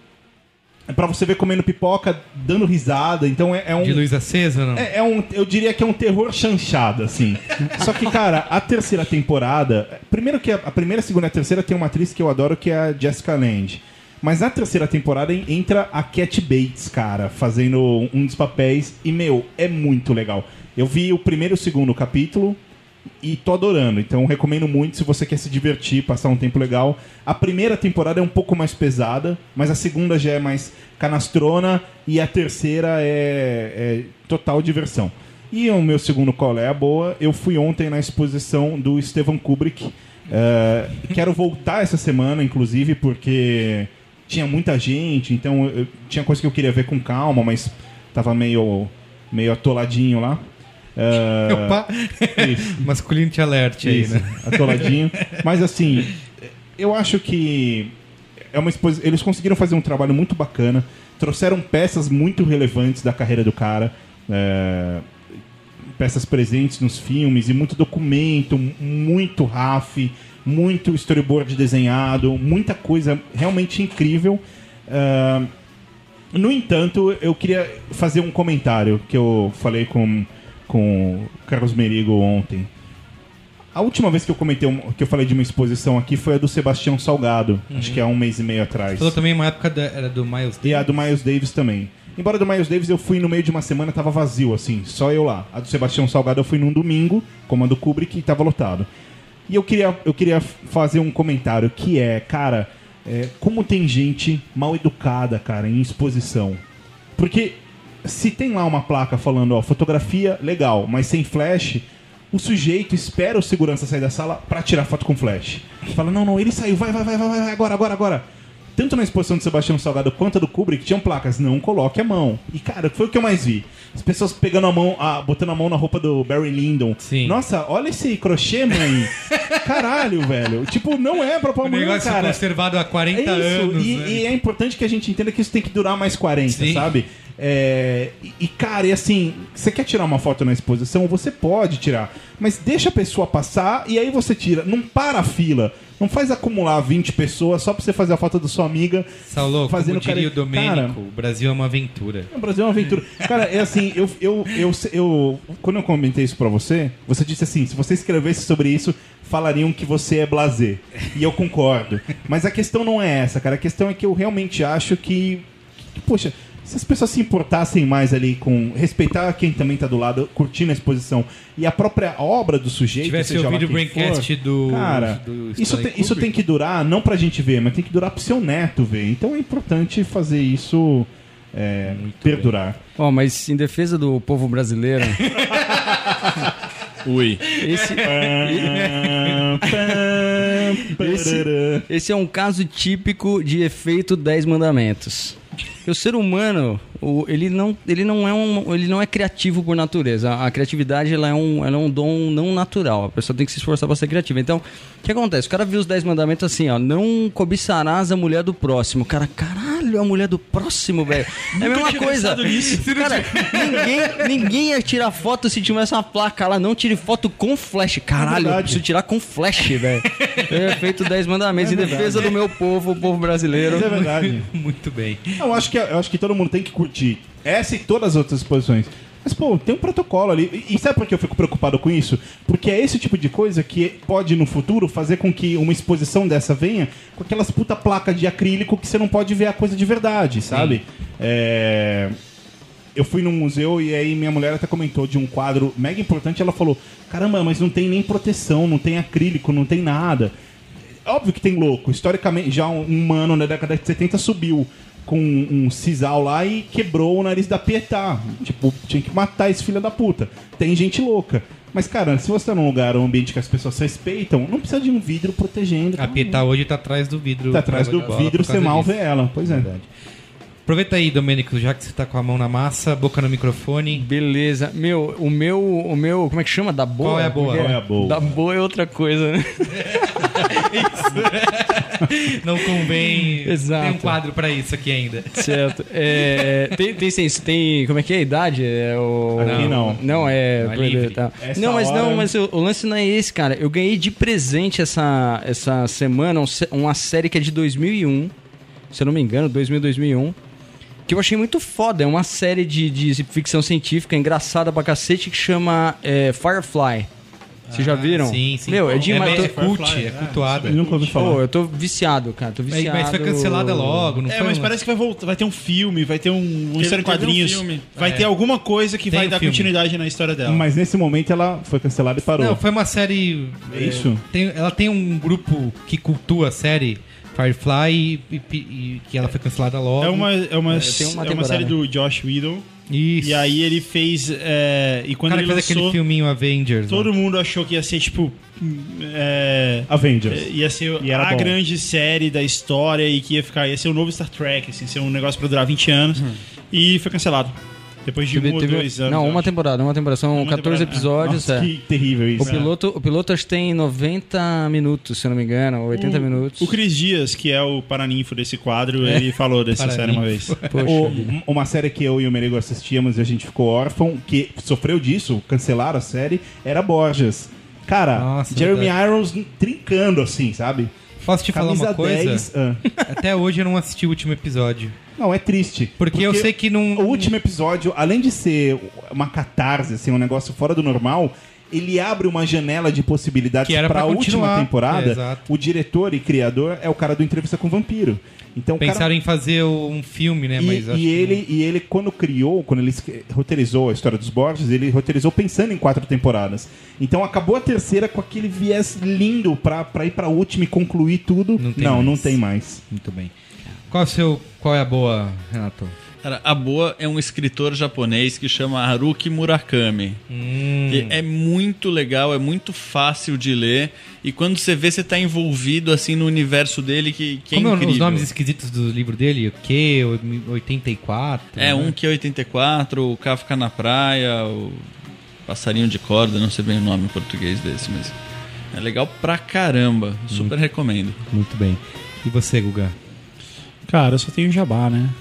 Speaker 2: é pra você ver comendo pipoca, dando risada, então é, é um...
Speaker 1: De luz acesa, não?
Speaker 2: É, é um, eu diria que é um terror chanchada, assim. Só que, cara, a terceira temporada... Primeiro que a, a primeira, segunda e a terceira tem uma atriz que eu adoro, que é a Jessica Lange. Mas na terceira temporada entra a Cat Bates, cara, fazendo um dos papéis. E, meu, é muito legal. Eu vi o primeiro e o segundo capítulo e tô adorando. Então, recomendo muito se você quer se divertir, passar um tempo legal. A primeira temporada é um pouco mais pesada, mas a segunda já é mais canastrona e a terceira é, é total diversão. E o meu segundo qual é a boa, eu fui ontem na exposição do Esteban Kubrick. Uh, quero voltar essa semana, inclusive, porque... tinha muita gente, então eu, tinha coisa que eu queria ver com calma, mas tava meio, meio atoladinho lá. Uh,
Speaker 1: Opa! Masculinity alert aí,
Speaker 2: isso,
Speaker 1: né?
Speaker 2: Atoladinho. Mas assim, eu acho que é uma exposi- eles conseguiram fazer um trabalho muito bacana, trouxeram peças muito relevantes da carreira do cara, uh, peças presentes nos filmes e muito documento, muito R A F, muito storyboard desenhado, muita coisa realmente incrível. Uh, no entanto, eu queria fazer um comentário que eu falei com, com o Carlos Merigo ontem. A última vez que eu comentei, um, que eu falei de uma exposição aqui foi a do Sebastião Salgado, uhum. acho que há um mês e meio atrás.
Speaker 1: Falou também uma época da, era do Miles Davis.
Speaker 2: E a do Miles Davis também. Embora do Miles Davis eu fui no meio de uma semana, tava vazio, assim, só eu lá. A do Sebastião Salgado eu fui num domingo, como a do Kubrick, e tava lotado. E eu queria, eu queria fazer um comentário que é, cara, é, como tem gente mal educada, cara, em exposição. Porque se tem lá uma placa falando, ó, fotografia, legal, mas sem flash, o sujeito espera o segurança sair da sala pra tirar foto com flash. Fala, não, não, ele saiu, vai, vai, vai, vai, vai, agora, agora, agora. Tanto na exposição do Sebastião Salgado quanto a do Kubrick, tinham placas, não coloque a mão. E, cara, foi o que eu mais vi. As pessoas pegando a mão, a, botando a mão na roupa do Barry Lyndon.
Speaker 1: Sim.
Speaker 2: Nossa, olha esse crochê, mãe. Caralho, velho. Tipo, não é pra pôr a
Speaker 1: O
Speaker 2: mão,
Speaker 1: negócio
Speaker 2: cara.
Speaker 1: conservado há quarenta
Speaker 2: É isso.
Speaker 1: anos.
Speaker 2: E,
Speaker 1: né?
Speaker 2: e é importante que a gente entenda que isso tem que durar mais quarenta,
Speaker 1: Sim.
Speaker 2: sabe? É, e, e, cara, e assim, você quer tirar uma foto na exposição, você pode tirar. Mas deixa a pessoa passar e aí você tira. Não para a fila. Não faz acumular vinte pessoas só pra você fazer a foto da sua amiga.
Speaker 1: Saulo,
Speaker 2: fazendo
Speaker 1: como diria
Speaker 2: cara...
Speaker 1: o Domênico,
Speaker 2: cara,
Speaker 1: o Brasil é uma aventura.
Speaker 2: O Brasil é uma aventura. Cara, é assim, eu, eu, eu, eu, quando eu comentei isso pra você, você disse assim, se você escrevesse sobre isso, falariam que você é blasé. E eu concordo. Mas a questão não é essa, cara. A questão é que eu realmente acho que, que poxa, se as pessoas se importassem mais ali com respeitar quem também tá do lado, curtindo a exposição e a própria obra do sujeito,
Speaker 1: tivesse
Speaker 2: seja lá
Speaker 1: ouvido o
Speaker 2: quem
Speaker 1: Braincast
Speaker 2: for,
Speaker 1: do,
Speaker 2: cara,
Speaker 1: do
Speaker 2: isso, tem, isso tem que durar não pra gente ver, mas tem que durar pro seu neto ver. Então é importante fazer isso é, perdurar.
Speaker 5: Ó, oh, mas em defesa do povo brasileiro...
Speaker 4: Ui.
Speaker 5: Esse, esse, esse é um caso típico de efeito dez mandamentos. Porque o ser humano, o, ele, não, ele, não é um, ele não é criativo por natureza. A criatividade ela é, um, ela é um dom não natural. A pessoa tem que se esforçar para ser criativa. Então, o que acontece? O cara viu os dez mandamentos assim, ó. Não cobiçarás a mulher do próximo. Cara, caralho, a mulher do próximo, velho. É a mesma coisa. Cara, ninguém, ninguém ia tirar foto se tivesse uma placa lá. Não tire foto com flash. Caralho, eu preciso tirar com flash, velho. É feito dez mandamentos é em defesa do meu povo, o povo brasileiro.
Speaker 2: Mas é verdade.
Speaker 1: Muito bem.
Speaker 2: Eu acho, que, eu acho que todo mundo tem que curtir essa e todas as outras exposições. Mas, pô, tem um protocolo ali. E sabe por que eu fico preocupado com isso? Porque é esse tipo de coisa que pode, no futuro, fazer com que uma exposição dessa venha com aquelas puta placas de acrílico que você não pode ver a coisa de verdade, sabe? É... Eu fui num museu e aí minha mulher até comentou de um quadro mega importante. Ela falou, caramba, mas não tem nem proteção, não tem acrílico, não tem nada. Óbvio que tem louco. Historicamente, já um humano na década de setenta subiu com um sisal lá e quebrou o nariz da Pietà. Tipo, tinha que matar esse filho da puta. Tem gente louca. Mas, cara, se você tá num lugar, um ambiente que as pessoas respeitam, não precisa de um vidro protegendo.
Speaker 1: A Pietà hoje tá atrás do vidro.
Speaker 2: Tá atrás do vidro, você mal vê ela. Pois é. Verdade.
Speaker 1: Aproveita aí, Domênico, já que você tá com a mão na massa, boca no microfone.
Speaker 5: Beleza. Meu, o meu, o meu, como é que chama? Da boa?
Speaker 1: Qual é a boa?
Speaker 2: Qual é a boa?
Speaker 5: Da boa é outra coisa, né?
Speaker 1: Isso. Não convém.
Speaker 5: Exato.
Speaker 1: Tem um quadro pra isso aqui ainda.
Speaker 5: Certo. É, tem, tem, tem, tem. Como é que é a idade? É o...
Speaker 2: Aqui não.
Speaker 5: Não, é.
Speaker 1: Não é livre.
Speaker 5: Tá.
Speaker 2: Essa
Speaker 5: Não, mas
Speaker 2: hora-
Speaker 5: não, mas o, o lance não é esse, cara. Eu ganhei de presente essa, essa semana um se- uma série que é de dois mil e um. Se eu não me engano, dois mil, dois mil e um. Que eu achei muito foda. É uma série de, de ficção científica engraçada pra cacete que chama é, Firefly. Vocês já viram?
Speaker 1: Sim, sim.
Speaker 5: Meu, é de
Speaker 1: é,
Speaker 5: uma-
Speaker 1: é,
Speaker 5: tô-
Speaker 1: cult,
Speaker 3: Firefly,
Speaker 1: é
Speaker 3: é,
Speaker 1: cultuada.
Speaker 2: Eu nunca ouvi falar.
Speaker 5: Pô, eu tô viciado, cara. Tô
Speaker 1: Mas,
Speaker 5: viciado.
Speaker 1: mas foi cancelada logo, não
Speaker 3: É,
Speaker 1: foi?
Speaker 3: mas
Speaker 1: um-
Speaker 3: parece que vai voltar, vai ter um filme, vai ter um, uma
Speaker 4: Teve-
Speaker 3: história em
Speaker 4: teve um
Speaker 3: quadrinhos,
Speaker 4: filme.
Speaker 3: vai
Speaker 1: É.
Speaker 3: ter alguma coisa que
Speaker 1: Tem
Speaker 3: vai
Speaker 1: um
Speaker 3: dar
Speaker 1: filme.
Speaker 3: continuidade na história dela.
Speaker 2: Mas nesse momento ela foi cancelada e parou.
Speaker 1: Não, foi uma série.
Speaker 2: É isso?
Speaker 1: tem- ela tem um grupo que cultua a série Firefly e, e- e que ela foi cancelada logo.
Speaker 3: É uma, é uma,
Speaker 5: É, tem uma
Speaker 3: é uma
Speaker 5: temporada.
Speaker 3: série do Josh Whedon.
Speaker 1: Isso.
Speaker 3: E aí ele fez. é, e
Speaker 1: o
Speaker 3: quando
Speaker 1: cara
Speaker 3: ele
Speaker 1: fez aquele
Speaker 3: lançou,
Speaker 1: filminho Avengers.
Speaker 3: todo
Speaker 1: ó.
Speaker 3: mundo achou que ia ser tipo. é,
Speaker 2: Avengers.
Speaker 3: ia ser
Speaker 2: E era
Speaker 3: a
Speaker 2: bom.
Speaker 3: grande série da história e que ia ficar. Ia ser o novo Star Trek, assim, ser um negócio pra durar vinte anos. E foi cancelado. Depois de
Speaker 5: Teve-
Speaker 3: um ou
Speaker 5: teve-
Speaker 3: dois anos.
Speaker 5: Não,
Speaker 3: eu
Speaker 5: uma
Speaker 3: acho.
Speaker 5: temporada, uma temporada. São
Speaker 3: Uma
Speaker 5: quatorze
Speaker 3: temporada, é.
Speaker 5: episódios.
Speaker 2: Nossa,
Speaker 5: é.
Speaker 2: que terrível
Speaker 5: O
Speaker 2: isso.
Speaker 5: piloto, o piloto acho que tem noventa minutos, se eu não me engano, ou oitenta
Speaker 3: O-
Speaker 5: minutos.
Speaker 3: O Cris Dias, que é o paraninfo desse quadro, ele falou dessa
Speaker 1: Paraninfo.
Speaker 3: série uma vez.
Speaker 5: Poxa
Speaker 2: O-
Speaker 5: vida.
Speaker 2: uma série que eu e o Merigo assistíamos e a gente ficou órfão, que sofreu disso, cancelaram a série, era Borges. Cara,
Speaker 1: Nossa,
Speaker 2: Jeremy
Speaker 1: verdade.
Speaker 2: Irons trincando assim, sabe?
Speaker 1: Posso te falar
Speaker 2: Camisa
Speaker 1: uma coisa?
Speaker 2: dez. ah.
Speaker 1: Até hoje eu não assisti o último episódio.
Speaker 2: Não, é triste.
Speaker 1: Porque, eu sei que não.
Speaker 2: O último episódio, além de ser uma catarse, assim, um negócio fora do normal, ele abre uma janela de possibilidades
Speaker 1: Que era
Speaker 2: para a
Speaker 1: pra
Speaker 2: última
Speaker 1: continuar.
Speaker 2: temporada.
Speaker 1: É, exato.
Speaker 2: O diretor e criador é o cara do Entrevista com o Vampiro. Então, o
Speaker 1: Pensaram
Speaker 2: cara...
Speaker 1: em fazer um filme, né?
Speaker 2: E,
Speaker 1: Mas acho
Speaker 2: e
Speaker 1: que
Speaker 2: ele, e ele, quando criou, quando ele esque- roteirizou a história dos Borges, ele roteirizou pensando em quatro temporadas. Então acabou a terceira com aquele viés lindo pra, pra ir pra última e concluir tudo.
Speaker 1: Não tem
Speaker 2: não,
Speaker 1: mais.
Speaker 2: não tem mais.
Speaker 1: Muito bem. Qual, é o seu, qual é a boa, Renato?
Speaker 4: Cara, a boa é um escritor japonês que chama Haruki Murakami.
Speaker 1: Hum.
Speaker 4: Que é muito legal, é muito fácil de ler. E quando você vê, você tá envolvido assim no universo dele, que, que é
Speaker 1: Como é
Speaker 4: incrível.
Speaker 1: os nomes esquisitos do livro dele? O quê? oitenta e quatro?
Speaker 4: É,
Speaker 1: né?
Speaker 4: um que é oitenta e quatro, o Kafka na Praia, o Passarinho de Corda, não sei bem o nome em português desse, mas é legal pra caramba. Super recomendo.
Speaker 1: Muito bem. E você, Guga?
Speaker 3: Cara, eu só tenho jabá, né?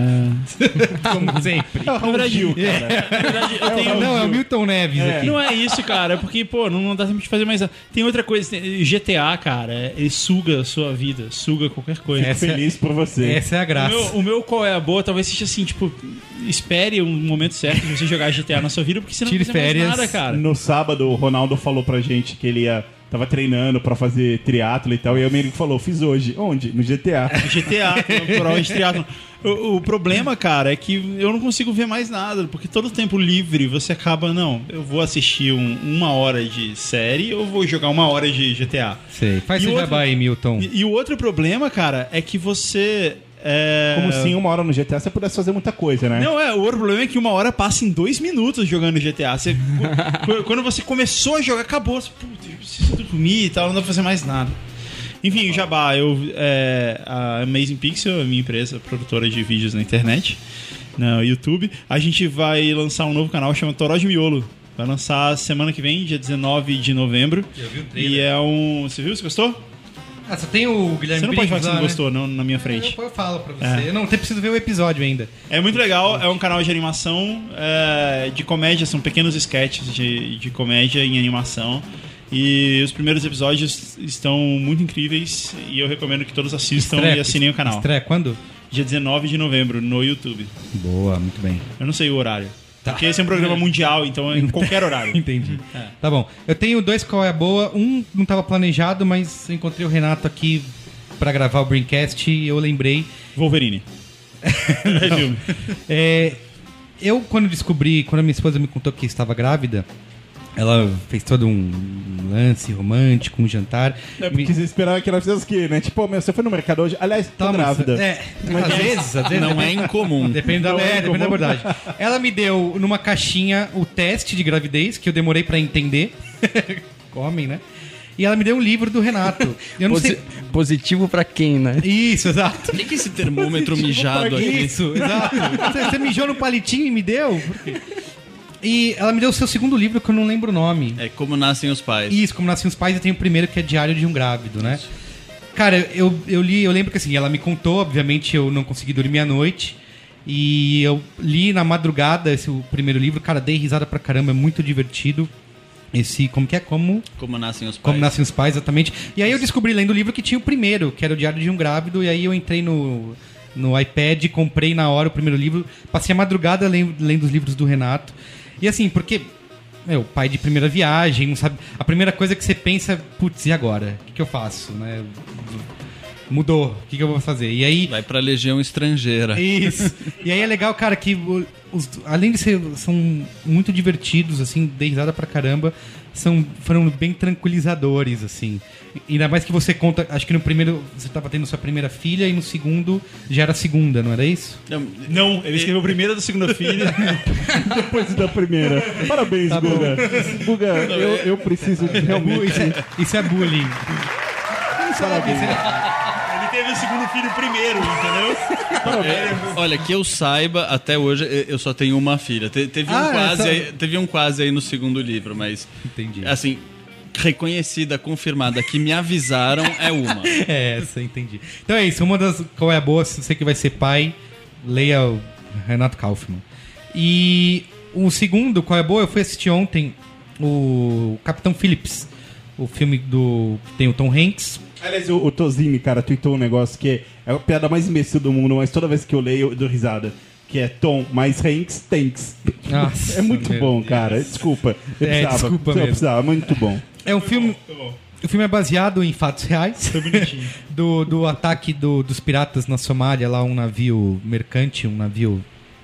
Speaker 3: É...
Speaker 1: Como sempre.
Speaker 3: Na verdade,
Speaker 2: Gil, cara.
Speaker 3: na verdade, eu tenho...
Speaker 1: Não, é o Milton Neves aqui.
Speaker 3: Não é isso, cara, porque, pô, não dá tempo de fazer mais nada. Tem outra coisa, tem- G T A, cara, ele suga a sua vida, suga qualquer coisa.
Speaker 1: Essa é-
Speaker 2: Feliz por você.
Speaker 1: Essa é a
Speaker 3: O
Speaker 1: graça.
Speaker 3: meu, o meu qual é a boa, talvez seja assim, tipo, espere um momento certo de você jogar G T A na sua vida, porque senão
Speaker 1: Tire
Speaker 3: não tem
Speaker 1: férias.
Speaker 3: mais nada, cara.
Speaker 2: No sábado, o Ronaldo falou pra gente que ele ia... Tava treinando pra fazer triatlo e tal. E aí o Merigo falou, fiz hoje. Onde? No G T A.
Speaker 3: G T A, tem uma prova de triatlon. O, o problema, cara, é que eu não consigo ver mais nada, porque todo tempo livre você acaba, não, eu vou assistir um- uma hora de série ou vou jogar uma hora de G T A.
Speaker 1: Sei. Faz
Speaker 3: E
Speaker 1: seu
Speaker 3: o
Speaker 1: jabá
Speaker 3: outro-
Speaker 1: aí, Milton.
Speaker 3: E, e o outro problema, cara, é que você... É...
Speaker 2: Como se em uma hora no G T A você pudesse fazer muita coisa, né?
Speaker 3: Não, é, o outro problema é que uma hora passa em dois minutos jogando G T A. Você, qu- quando você começou a jogar, acabou. Você, Putz, eu preciso dormir e tal, não dá pra fazer mais nada. Enfim, o Jabá, eu, é, a Amazing Pixel, a minha empresa, produtora de vídeos na internet, no YouTube, a gente vai lançar um novo canal chamado Toró de Miolo. Vai lançar semana que vem, dia dezenove de novembro.
Speaker 1: Eu vi o
Speaker 3: E
Speaker 1: trailer.
Speaker 3: é um... Você viu? Você gostou?
Speaker 1: Ah, só tem o Guilherme
Speaker 3: Você não pode falar
Speaker 1: Briggs
Speaker 3: que você
Speaker 1: lá,
Speaker 3: não
Speaker 1: né?
Speaker 3: gostou, não, na minha frente.
Speaker 1: Eu, eu falo pra você.
Speaker 3: É.
Speaker 1: Eu não, até preciso ver o episódio ainda.
Speaker 3: É muito legal, é um canal de animação, é, de comédia, são pequenos sketches de, de comédia em animação. E os primeiros episódios estão muito incríveis e eu recomendo que todos assistam
Speaker 1: Estreia-
Speaker 3: e assinem o canal.
Speaker 1: Estreia quando?
Speaker 3: Dia dezenove de novembro, no YouTube.
Speaker 1: Boa, muito bem.
Speaker 3: Eu não sei o horário. Porque esse é um programa mundial, então é em qualquer horário.
Speaker 1: Entendi. Tá bom. Eu tenho dois qual é a boa. Um não estava planejado, mas eu encontrei o Renato aqui pra gravar o Braincast e eu lembrei.
Speaker 3: Wolverine. É filme.
Speaker 1: É, eu, quando descobri, quando a minha esposa me contou que estava grávida, ela fez todo um lance romântico, um jantar.
Speaker 2: É
Speaker 1: Me-
Speaker 2: porque você esperava que ela fizesse o quê, né? Tipo, meu, você foi no mercado hoje? Aliás, tô
Speaker 1: Toma,
Speaker 2: grávida.
Speaker 1: É, às vezes, às vezes.
Speaker 4: Não é incomum.
Speaker 1: Depende da,
Speaker 2: Não é
Speaker 1: é, depende da
Speaker 2: comum.
Speaker 1: abordagem. Ela me deu numa caixinha o teste de gravidez, que eu demorei pra entender. Homem, né? E ela me deu um livro do Renato. Eu não
Speaker 5: Posi-
Speaker 1: sei.
Speaker 5: Positivo pra quem, né?
Speaker 1: Isso, exato.
Speaker 4: O que, que é esse termômetro mijado aqui?
Speaker 1: Isso, exato. Você, você mijou no palitinho e me deu? Por quê? E ela me deu o seu segundo livro, que eu não lembro o nome.
Speaker 4: É Como Nascem os Pais.
Speaker 1: Isso, Como Nascem os Pais, eu tenho o primeiro, que é Diário de um Grávido, né? Cara, eu, eu li, eu lembro que assim, ela me contou, obviamente eu não consegui dormir à noite. E eu li na madrugada esse o primeiro livro, cara, dei risada pra caramba, é muito divertido. Esse, como que é? Como...
Speaker 4: Como Nascem os Pais.
Speaker 1: Como Nascem os Pais, exatamente. E aí eu descobri lendo o livro que tinha o primeiro, que era o Diário de um Grávido, e aí eu entrei no, no iPad, comprei na hora o primeiro livro, passei a madrugada lendo, lendo os livros do Renato. E assim, porque, meu, pai de primeira viagem, não sabe... A primeira coisa que você pensa, putz, e agora? O que, que eu faço, né? Mudou, o que, que eu vou fazer? E aí...
Speaker 4: Vai pra Legião Estrangeira.
Speaker 1: Isso. E aí é legal, cara, que os, além de ser são muito divertidos, assim, dei risada pra caramba, são, foram bem tranquilizadores, assim. E ainda mais que você conta, acho que no primeiro você tava tendo sua primeira filha e no segundo já era a segunda, não era isso?
Speaker 3: Não, não ele escreveu a primeira da segunda filha.
Speaker 2: Depois da primeira. Parabéns,
Speaker 1: Tá bom.
Speaker 2: Guga. Guga, eu, eu preciso de realmente...
Speaker 1: Isso é, isso é bullying.
Speaker 2: Parabéns.
Speaker 3: Ele teve o segundo filho primeiro, entendeu?
Speaker 4: É, olha, que eu saiba, até hoje eh, eu só tenho uma filha. Te- teve, um
Speaker 1: Ah,
Speaker 4: quase
Speaker 1: essa-
Speaker 4: aí, teve um quase aí no segundo livro, mas...
Speaker 1: Entendi.
Speaker 4: Assim, reconhecida, confirmada, que me avisaram é uma.
Speaker 1: É, essa, entendi. Então é isso, uma das... Qual é a boa? Se você que vai ser pai, leia o Renato Kaufmann. E o segundo, qual é a boa? Eu fui assistir ontem o Capitão Phillips, o filme do... Tem o Tom Hanks.
Speaker 2: Aliás, o, o Tozini, cara, tweetou um negócio que é a piada mais imbecil do mundo, mas toda vez que eu leio, eu dou risada. Que é Tom mais Hanks, Tanks.
Speaker 1: Nossa,
Speaker 2: É muito
Speaker 1: meu
Speaker 2: bom,
Speaker 1: Deus.
Speaker 2: cara. Desculpa. Eu
Speaker 1: É,
Speaker 2: precisava.
Speaker 1: desculpa
Speaker 2: eu
Speaker 1: mesmo.
Speaker 2: precisava, muito bom.
Speaker 1: É um filme...
Speaker 3: Tá bom.
Speaker 1: O filme é baseado em fatos reais.
Speaker 3: Foi bonitinho.
Speaker 1: do, do ataque do- dos piratas na Somália, lá um navio mercante, um navio...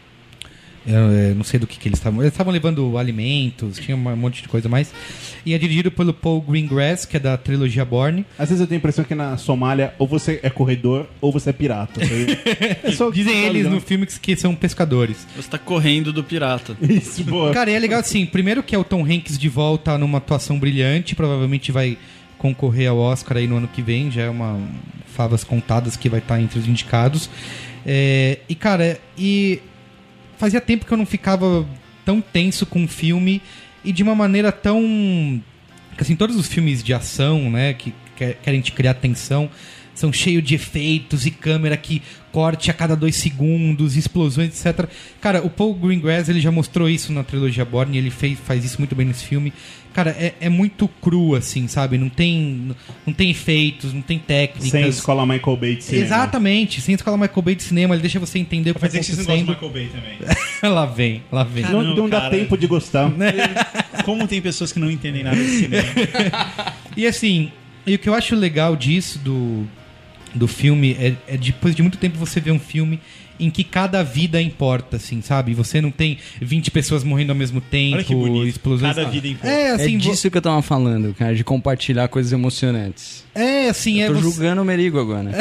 Speaker 1: é, não sei do que, que eles estavam... Eles estavam levando alimentos, tinha um monte de coisa mais. E é dirigido pelo Paul Greengrass, que é da trilogia Bourne.
Speaker 2: Às vezes eu tenho a impressão que na Somália ou você é corredor ou você é pirata. É só-
Speaker 1: Dizem
Speaker 2: só
Speaker 1: eles
Speaker 2: ligado.
Speaker 1: no filme que, que são pescadores.
Speaker 4: Você tá correndo do pirata.
Speaker 2: Isso, boa.
Speaker 1: Cara, e é legal assim, primeiro que é o Tom Hanks de volta numa atuação brilhante, provavelmente vai concorrer ao Oscar aí no ano que vem, já é uma favas contadas que vai estar entre os indicados. É, e cara, e fazia tempo que eu não ficava tão tenso com um filme e de uma maneira tão... Assim, todos os filmes de ação, né, que que- querem te criar tensão, são cheios de efeitos e câmera que corte a cada dois segundos, explosões, etcétera. Cara, o Paul Greengrass, ele já mostrou isso na trilogia Bourne, ele fez, faz isso muito bem nesse filme. Cara, é, é muito cru, assim, sabe? Não tem, não tem efeitos, não tem técnicas.
Speaker 2: Sem escola Michael Bay de cinema.
Speaker 1: Exatamente, sem escola Michael Bay de cinema, ele deixa você entender o que
Speaker 3: Vai
Speaker 1: tá
Speaker 3: dizer que vocês não gostam
Speaker 1: acontecendo.
Speaker 3: do Michael Bay também.
Speaker 1: Lá vem, lá vem.
Speaker 2: Não,
Speaker 3: Não,
Speaker 2: não dá
Speaker 3: cara.
Speaker 2: tempo de gostar.
Speaker 3: Como tem pessoas que não entendem nada de cinema.
Speaker 1: E assim, e o que eu acho legal disso do, do filme é, é depois de muito tempo você vê um filme em que cada vida importa, assim, sabe? Você não tem vinte pessoas morrendo ao mesmo tempo,
Speaker 3: Olha que bonito.
Speaker 1: explosões.
Speaker 3: Cada vida importa.
Speaker 1: É, assim,
Speaker 5: é
Speaker 1: vo-
Speaker 5: disso que eu tava falando, cara, de compartilhar coisas emocionantes.
Speaker 1: é assim, é
Speaker 5: Tô
Speaker 1: você,
Speaker 5: julgando o Merigo agora.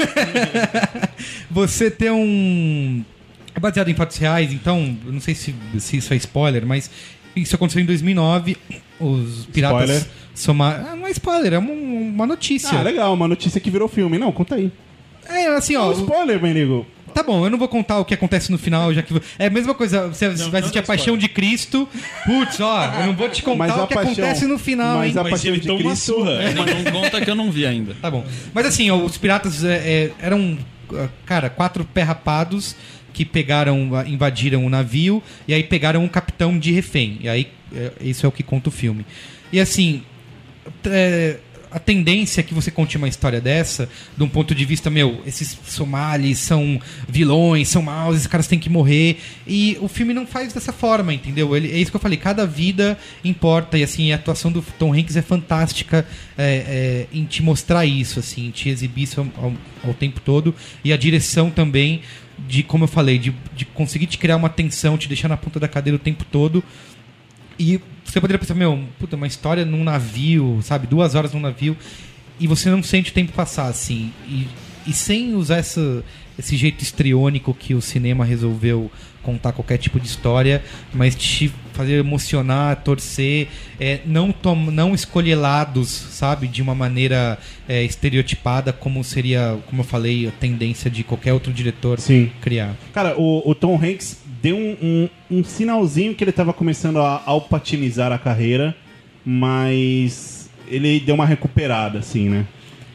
Speaker 1: você ter um é baseado em fatos reais, então, eu não sei se, se isso é spoiler, mas isso aconteceu em dois mil e nove, os piratas
Speaker 2: Spoiler.
Speaker 1: somaram... Ah, não é spoiler, é uma, uma notícia.
Speaker 2: Ah, legal, uma notícia que virou filme. Não, conta aí.
Speaker 1: É, assim,
Speaker 2: Ó,
Speaker 1: ó...
Speaker 2: um spoiler, Menigo.
Speaker 1: Tá bom, eu não vou contar o que acontece no final, já que... É a mesma coisa, você vai
Speaker 3: não
Speaker 1: assistir
Speaker 3: dá
Speaker 1: A Paixão de Cristo, putz, ó, eu não vou te contar
Speaker 2: Mas a
Speaker 1: o que
Speaker 2: paixão-
Speaker 1: acontece no final,
Speaker 2: mas
Speaker 1: hein?
Speaker 2: a
Speaker 3: Mas
Speaker 2: Paixão
Speaker 3: ele
Speaker 2: de
Speaker 3: toma uma
Speaker 2: Cristo-
Speaker 3: surra.
Speaker 4: Não, não conta que eu não vi ainda.
Speaker 1: Tá bom. Mas assim, ó, os piratas é, é, eram, ah, cara, quatro pé rapados que pegaram, ah, invadiram o navio e aí pegaram um capitão de refém. E aí, é, isso é o que conta o filme. E assim, é, a tendência é que você conte uma história dessa, de um ponto de vista, meu, esses somalis são vilões, são maus, esses caras têm que morrer. E o filme não faz dessa forma, entendeu? Ele, é isso que eu falei, cada vida importa. E assim, a atuação do Tom Hanks é fantástica é, é, em te mostrar isso, assim, em te exibir isso ao, ao- ao tempo todo. E a direção também, de como eu falei, de, de conseguir te criar uma tensão, te deixar na ponta da cadeira o tempo todo. E você poderia pensar, meu, puta, uma história num navio, sabe? Duas horas num navio. E você não sente o tempo passar, assim. E, e sem usar essa, esse jeito histriônico que o cinema resolveu contar qualquer tipo de história, mas te fazer emocionar, torcer, é, não, tom, não escolher lados, sabe? De uma maneira é, estereotipada, como seria, como eu falei, a tendência de qualquer outro diretor
Speaker 2: Sim.
Speaker 1: criar.
Speaker 2: Cara, o, o Tom Hanks deu um, um, um sinalzinho que ele tava começando a alpatinizar a carreira, mas ele deu uma recuperada, assim, né?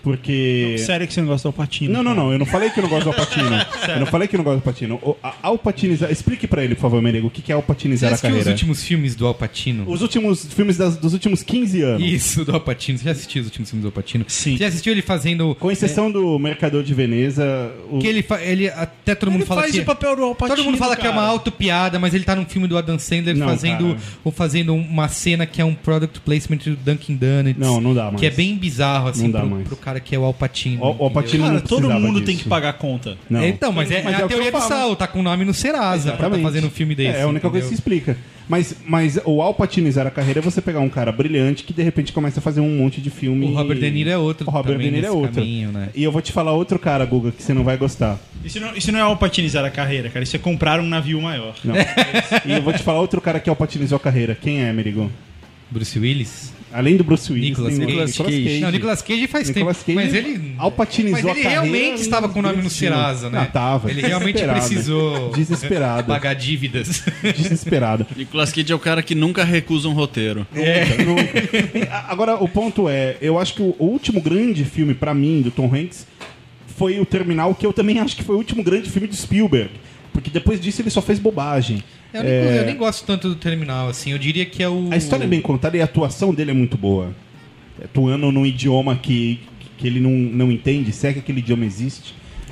Speaker 2: porque...
Speaker 3: Sério que você não gosta do Al Pacino?
Speaker 2: Não, não,
Speaker 3: cara?
Speaker 2: não. Eu não falei que eu não gosto do Al Pacino. Eu não falei que eu não gosto do Al Pacino. O, a, alpatinizar... Explique pra ele, por favor, Merigo, o que que é
Speaker 1: Você
Speaker 2: alpatinizar a
Speaker 1: assistiu os
Speaker 2: carreira.
Speaker 1: últimos filmes do Al Pacino?
Speaker 2: Os últimos filmes das- dos últimos quinze anos.
Speaker 1: Isso, do Al Pacino. Você já assistiu os últimos filmes do Al Pacino?
Speaker 3: Sim.
Speaker 1: Você já assistiu ele fazendo...
Speaker 2: Com exceção do Mercador de Veneza... O...
Speaker 1: Que ele, fa- ele até todo mundo
Speaker 3: Ele
Speaker 1: fala
Speaker 3: faz
Speaker 1: que
Speaker 3: o papel do Al Pacino,
Speaker 1: todo mundo fala que é uma
Speaker 3: cara.
Speaker 1: autopiada, mas ele tá num filme do Adam Sandler
Speaker 2: Não,
Speaker 1: fazendo,
Speaker 2: cara.
Speaker 1: ou fazendo uma cena que é um product placement do Dunkin' Donuts.
Speaker 2: Não, não dá mais.
Speaker 1: Que é bem bizarro assim
Speaker 2: Não dá
Speaker 1: pro,
Speaker 2: mais.
Speaker 1: pro cara que é o Al Pacino.
Speaker 2: O- o Al
Speaker 1: entendeu?
Speaker 2: Pacino
Speaker 3: Cara,
Speaker 2: não
Speaker 3: todo
Speaker 2: precisava
Speaker 3: mundo
Speaker 2: disso.
Speaker 3: tem que pagar a conta.
Speaker 2: Não.
Speaker 1: É, então, mas é,
Speaker 2: Mas
Speaker 1: é
Speaker 2: é
Speaker 1: a
Speaker 2: o que eu
Speaker 1: teoria do
Speaker 2: falo.
Speaker 1: Sal, tá com o nome no Serasa pra tá
Speaker 2: Exatamente.
Speaker 1: fazendo um filme desse.
Speaker 2: É, é a única coisa que se
Speaker 1: entendeu?
Speaker 2: explica. Mas, mas o alpatinizar a carreira é você pegar um cara brilhante que de repente começa a fazer um monte de filme.
Speaker 1: O Robert De Niro é outro
Speaker 2: O Robert
Speaker 1: também
Speaker 2: De Niro é
Speaker 1: nesse
Speaker 2: outro.
Speaker 1: caminho, né?
Speaker 2: E eu vou te falar outro cara, Guga, que você não vai gostar.
Speaker 3: Isso não, isso não é Al Patinizar a carreira, cara. Isso é comprar um navio maior.
Speaker 2: Não. E eu vou te falar outro cara que alpatinizou a carreira. Quem é, Merigo?
Speaker 1: Bruce Willis?
Speaker 2: Além do Bruce Willis,
Speaker 1: Nicolas
Speaker 2: tem o
Speaker 1: Cage.
Speaker 2: Nicolas Cage.
Speaker 1: Não, Nicolas Cage faz
Speaker 2: Nicolas
Speaker 1: tempo.
Speaker 2: Cage
Speaker 1: Mas ele.
Speaker 2: alpatinizou
Speaker 1: Mas ele
Speaker 2: a carreira
Speaker 1: realmente estava com o nome no
Speaker 2: destino.
Speaker 1: Serasa, né?
Speaker 2: Ah, tava.
Speaker 1: Ele realmente
Speaker 2: Desesperado.
Speaker 1: precisou
Speaker 2: Desesperado.
Speaker 1: pagar dívidas.
Speaker 2: Desesperado.
Speaker 4: Nicolas Cage é o cara que nunca recusa um roteiro.
Speaker 2: Nunca, nunca. E, a- Agora, o ponto é, eu acho que o, o último grande filme pra mim do Tom Hanks foi o Terminal, que eu também acho que foi o último grande filme de Spielberg. Porque depois disso ele só fez bobagem.
Speaker 1: Eu, nem,
Speaker 2: É,
Speaker 1: eu nem gosto tanto do Terminal, assim. Eu diria que é o.
Speaker 2: A história é bem contada e a atuação dele é muito boa. Atuando num idioma que, que ele não, não entende, se é que aquele idioma existe.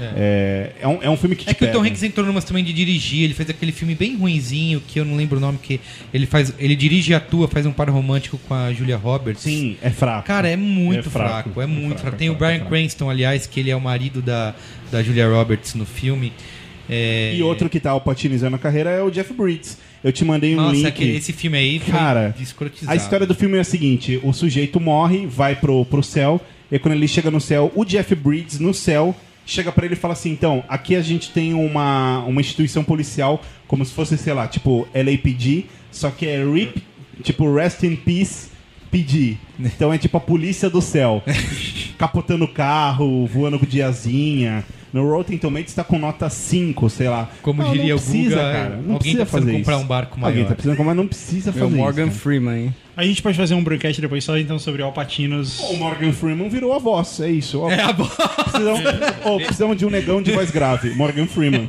Speaker 2: É, é, um, é um filme que te
Speaker 1: É que o Tom
Speaker 2: pega.
Speaker 1: Hanks entrou numas também de dirigir, ele fez aquele filme bem ruinzinho, que eu não lembro o nome, que ele faz. Ele dirige e atua, faz um par romântico com a Julia Roberts.
Speaker 2: Sim, é fraco.
Speaker 1: Cara, é muito
Speaker 2: É
Speaker 1: fraco,
Speaker 2: fraco,
Speaker 1: é
Speaker 2: é
Speaker 1: muito fraco.
Speaker 2: fraco,
Speaker 1: Tem
Speaker 2: é
Speaker 1: o
Speaker 2: fraco,
Speaker 1: Bryan
Speaker 2: é fraco.
Speaker 1: Cranston, aliás, que ele é o marido da, da Julia Roberts no filme. É...
Speaker 2: E outro que tá alpatinizando a carreira é o Jeff Bridges. Eu te mandei um
Speaker 1: Nossa,
Speaker 2: link.
Speaker 1: aquele- esse filme aí foi
Speaker 2: Cara,
Speaker 1: escrotizado.
Speaker 2: a história do filme é a seguinte: o sujeito morre, vai pro, pro céu, e quando ele chega no céu, o Jeff Bridges, no céu, chega pra ele e fala assim: então, aqui a gente tem uma, uma instituição policial, como se fosse, sei lá, tipo L A P D, só que é R I P, tipo Rest in Peace P D. Então é tipo a polícia do céu. Capotando o carro, voando com diazinha. No Rotten Tomatoes tá com nota cinco, sei lá.
Speaker 1: Como
Speaker 2: Não,
Speaker 1: diria
Speaker 2: não
Speaker 1: o
Speaker 2: precisa,
Speaker 1: Guga,
Speaker 2: cara. Não
Speaker 1: alguém
Speaker 2: precisa
Speaker 1: tá precisando
Speaker 2: fazer
Speaker 1: comprar
Speaker 2: isso.
Speaker 1: um barco
Speaker 2: Alguém
Speaker 1: maior.
Speaker 2: tá precisando comprar, mas não precisa fazer
Speaker 5: Meu Morgan
Speaker 2: isso.
Speaker 5: Freeman, hein?
Speaker 3: A gente pode fazer um broadcast depois só então sobre Al Patinos.
Speaker 2: O Morgan Freeman virou a voz, é isso. Ó,
Speaker 1: É a bo-
Speaker 2: precisamos, ó, precisamos de um negão de voz grave, Morgan Freeman.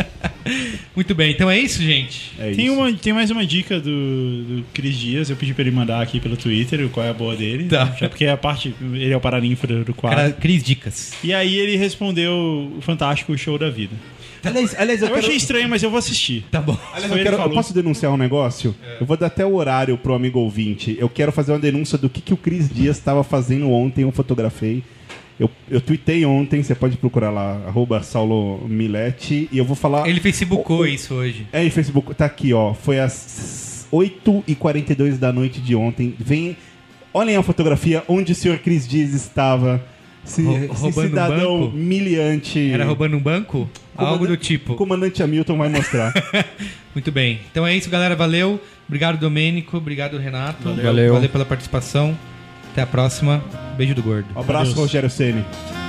Speaker 1: Muito bem, então é isso, gente.
Speaker 2: É
Speaker 3: Tem,
Speaker 2: isso.
Speaker 3: uma, tem mais uma dica do, do Cris Dias. Eu pedi pra ele mandar aqui pelo Twitter qual é a boa dele.
Speaker 1: Tá.
Speaker 3: Já porque é a parte. Ele é o paraninfo do quadro.
Speaker 1: Cara, Cris Dicas.
Speaker 3: E aí ele respondeu o fantástico show da vida.
Speaker 2: Aliás, aliás, eu,
Speaker 3: Eu
Speaker 2: quero,
Speaker 3: achei estranho, mas eu vou assistir.
Speaker 1: Tá bom.
Speaker 2: aliás,
Speaker 3: Foi
Speaker 2: eu,
Speaker 3: ele
Speaker 2: quero- eu
Speaker 3: falou.
Speaker 2: posso denunciar um negócio? Eu vou dar até o horário pro amigo ouvinte. Eu quero fazer uma denúncia do que, que o Cris Dias estava fazendo ontem. Eu fotografei. Eu, eu tuitei ontem, você pode procurar lá, arroba Saulo Milete, e eu vou falar.
Speaker 1: Ele facebookou
Speaker 2: O- o-
Speaker 1: isso hoje.
Speaker 2: É, em Facebook, tá aqui, ó. Foi às oito e quarenta e dois da noite de ontem. Vem, olhem a fotografia onde o senhor Cris Dias estava. Esse,
Speaker 1: Rou-
Speaker 2: esse
Speaker 1: roubando um
Speaker 2: cidadão
Speaker 1: banco?
Speaker 2: miliante.
Speaker 1: Era roubando um banco? Algo do tipo.
Speaker 2: O comandante Hamilton vai mostrar.
Speaker 1: Muito bem. Então é isso, galera. Valeu. Obrigado, Domênico. Obrigado, Renato.
Speaker 5: Valeu.
Speaker 1: Valeu pela participação. Até a próxima. Beijo do gordo.
Speaker 2: Um abraço,
Speaker 3: Adeus.
Speaker 2: Rogério Ceni.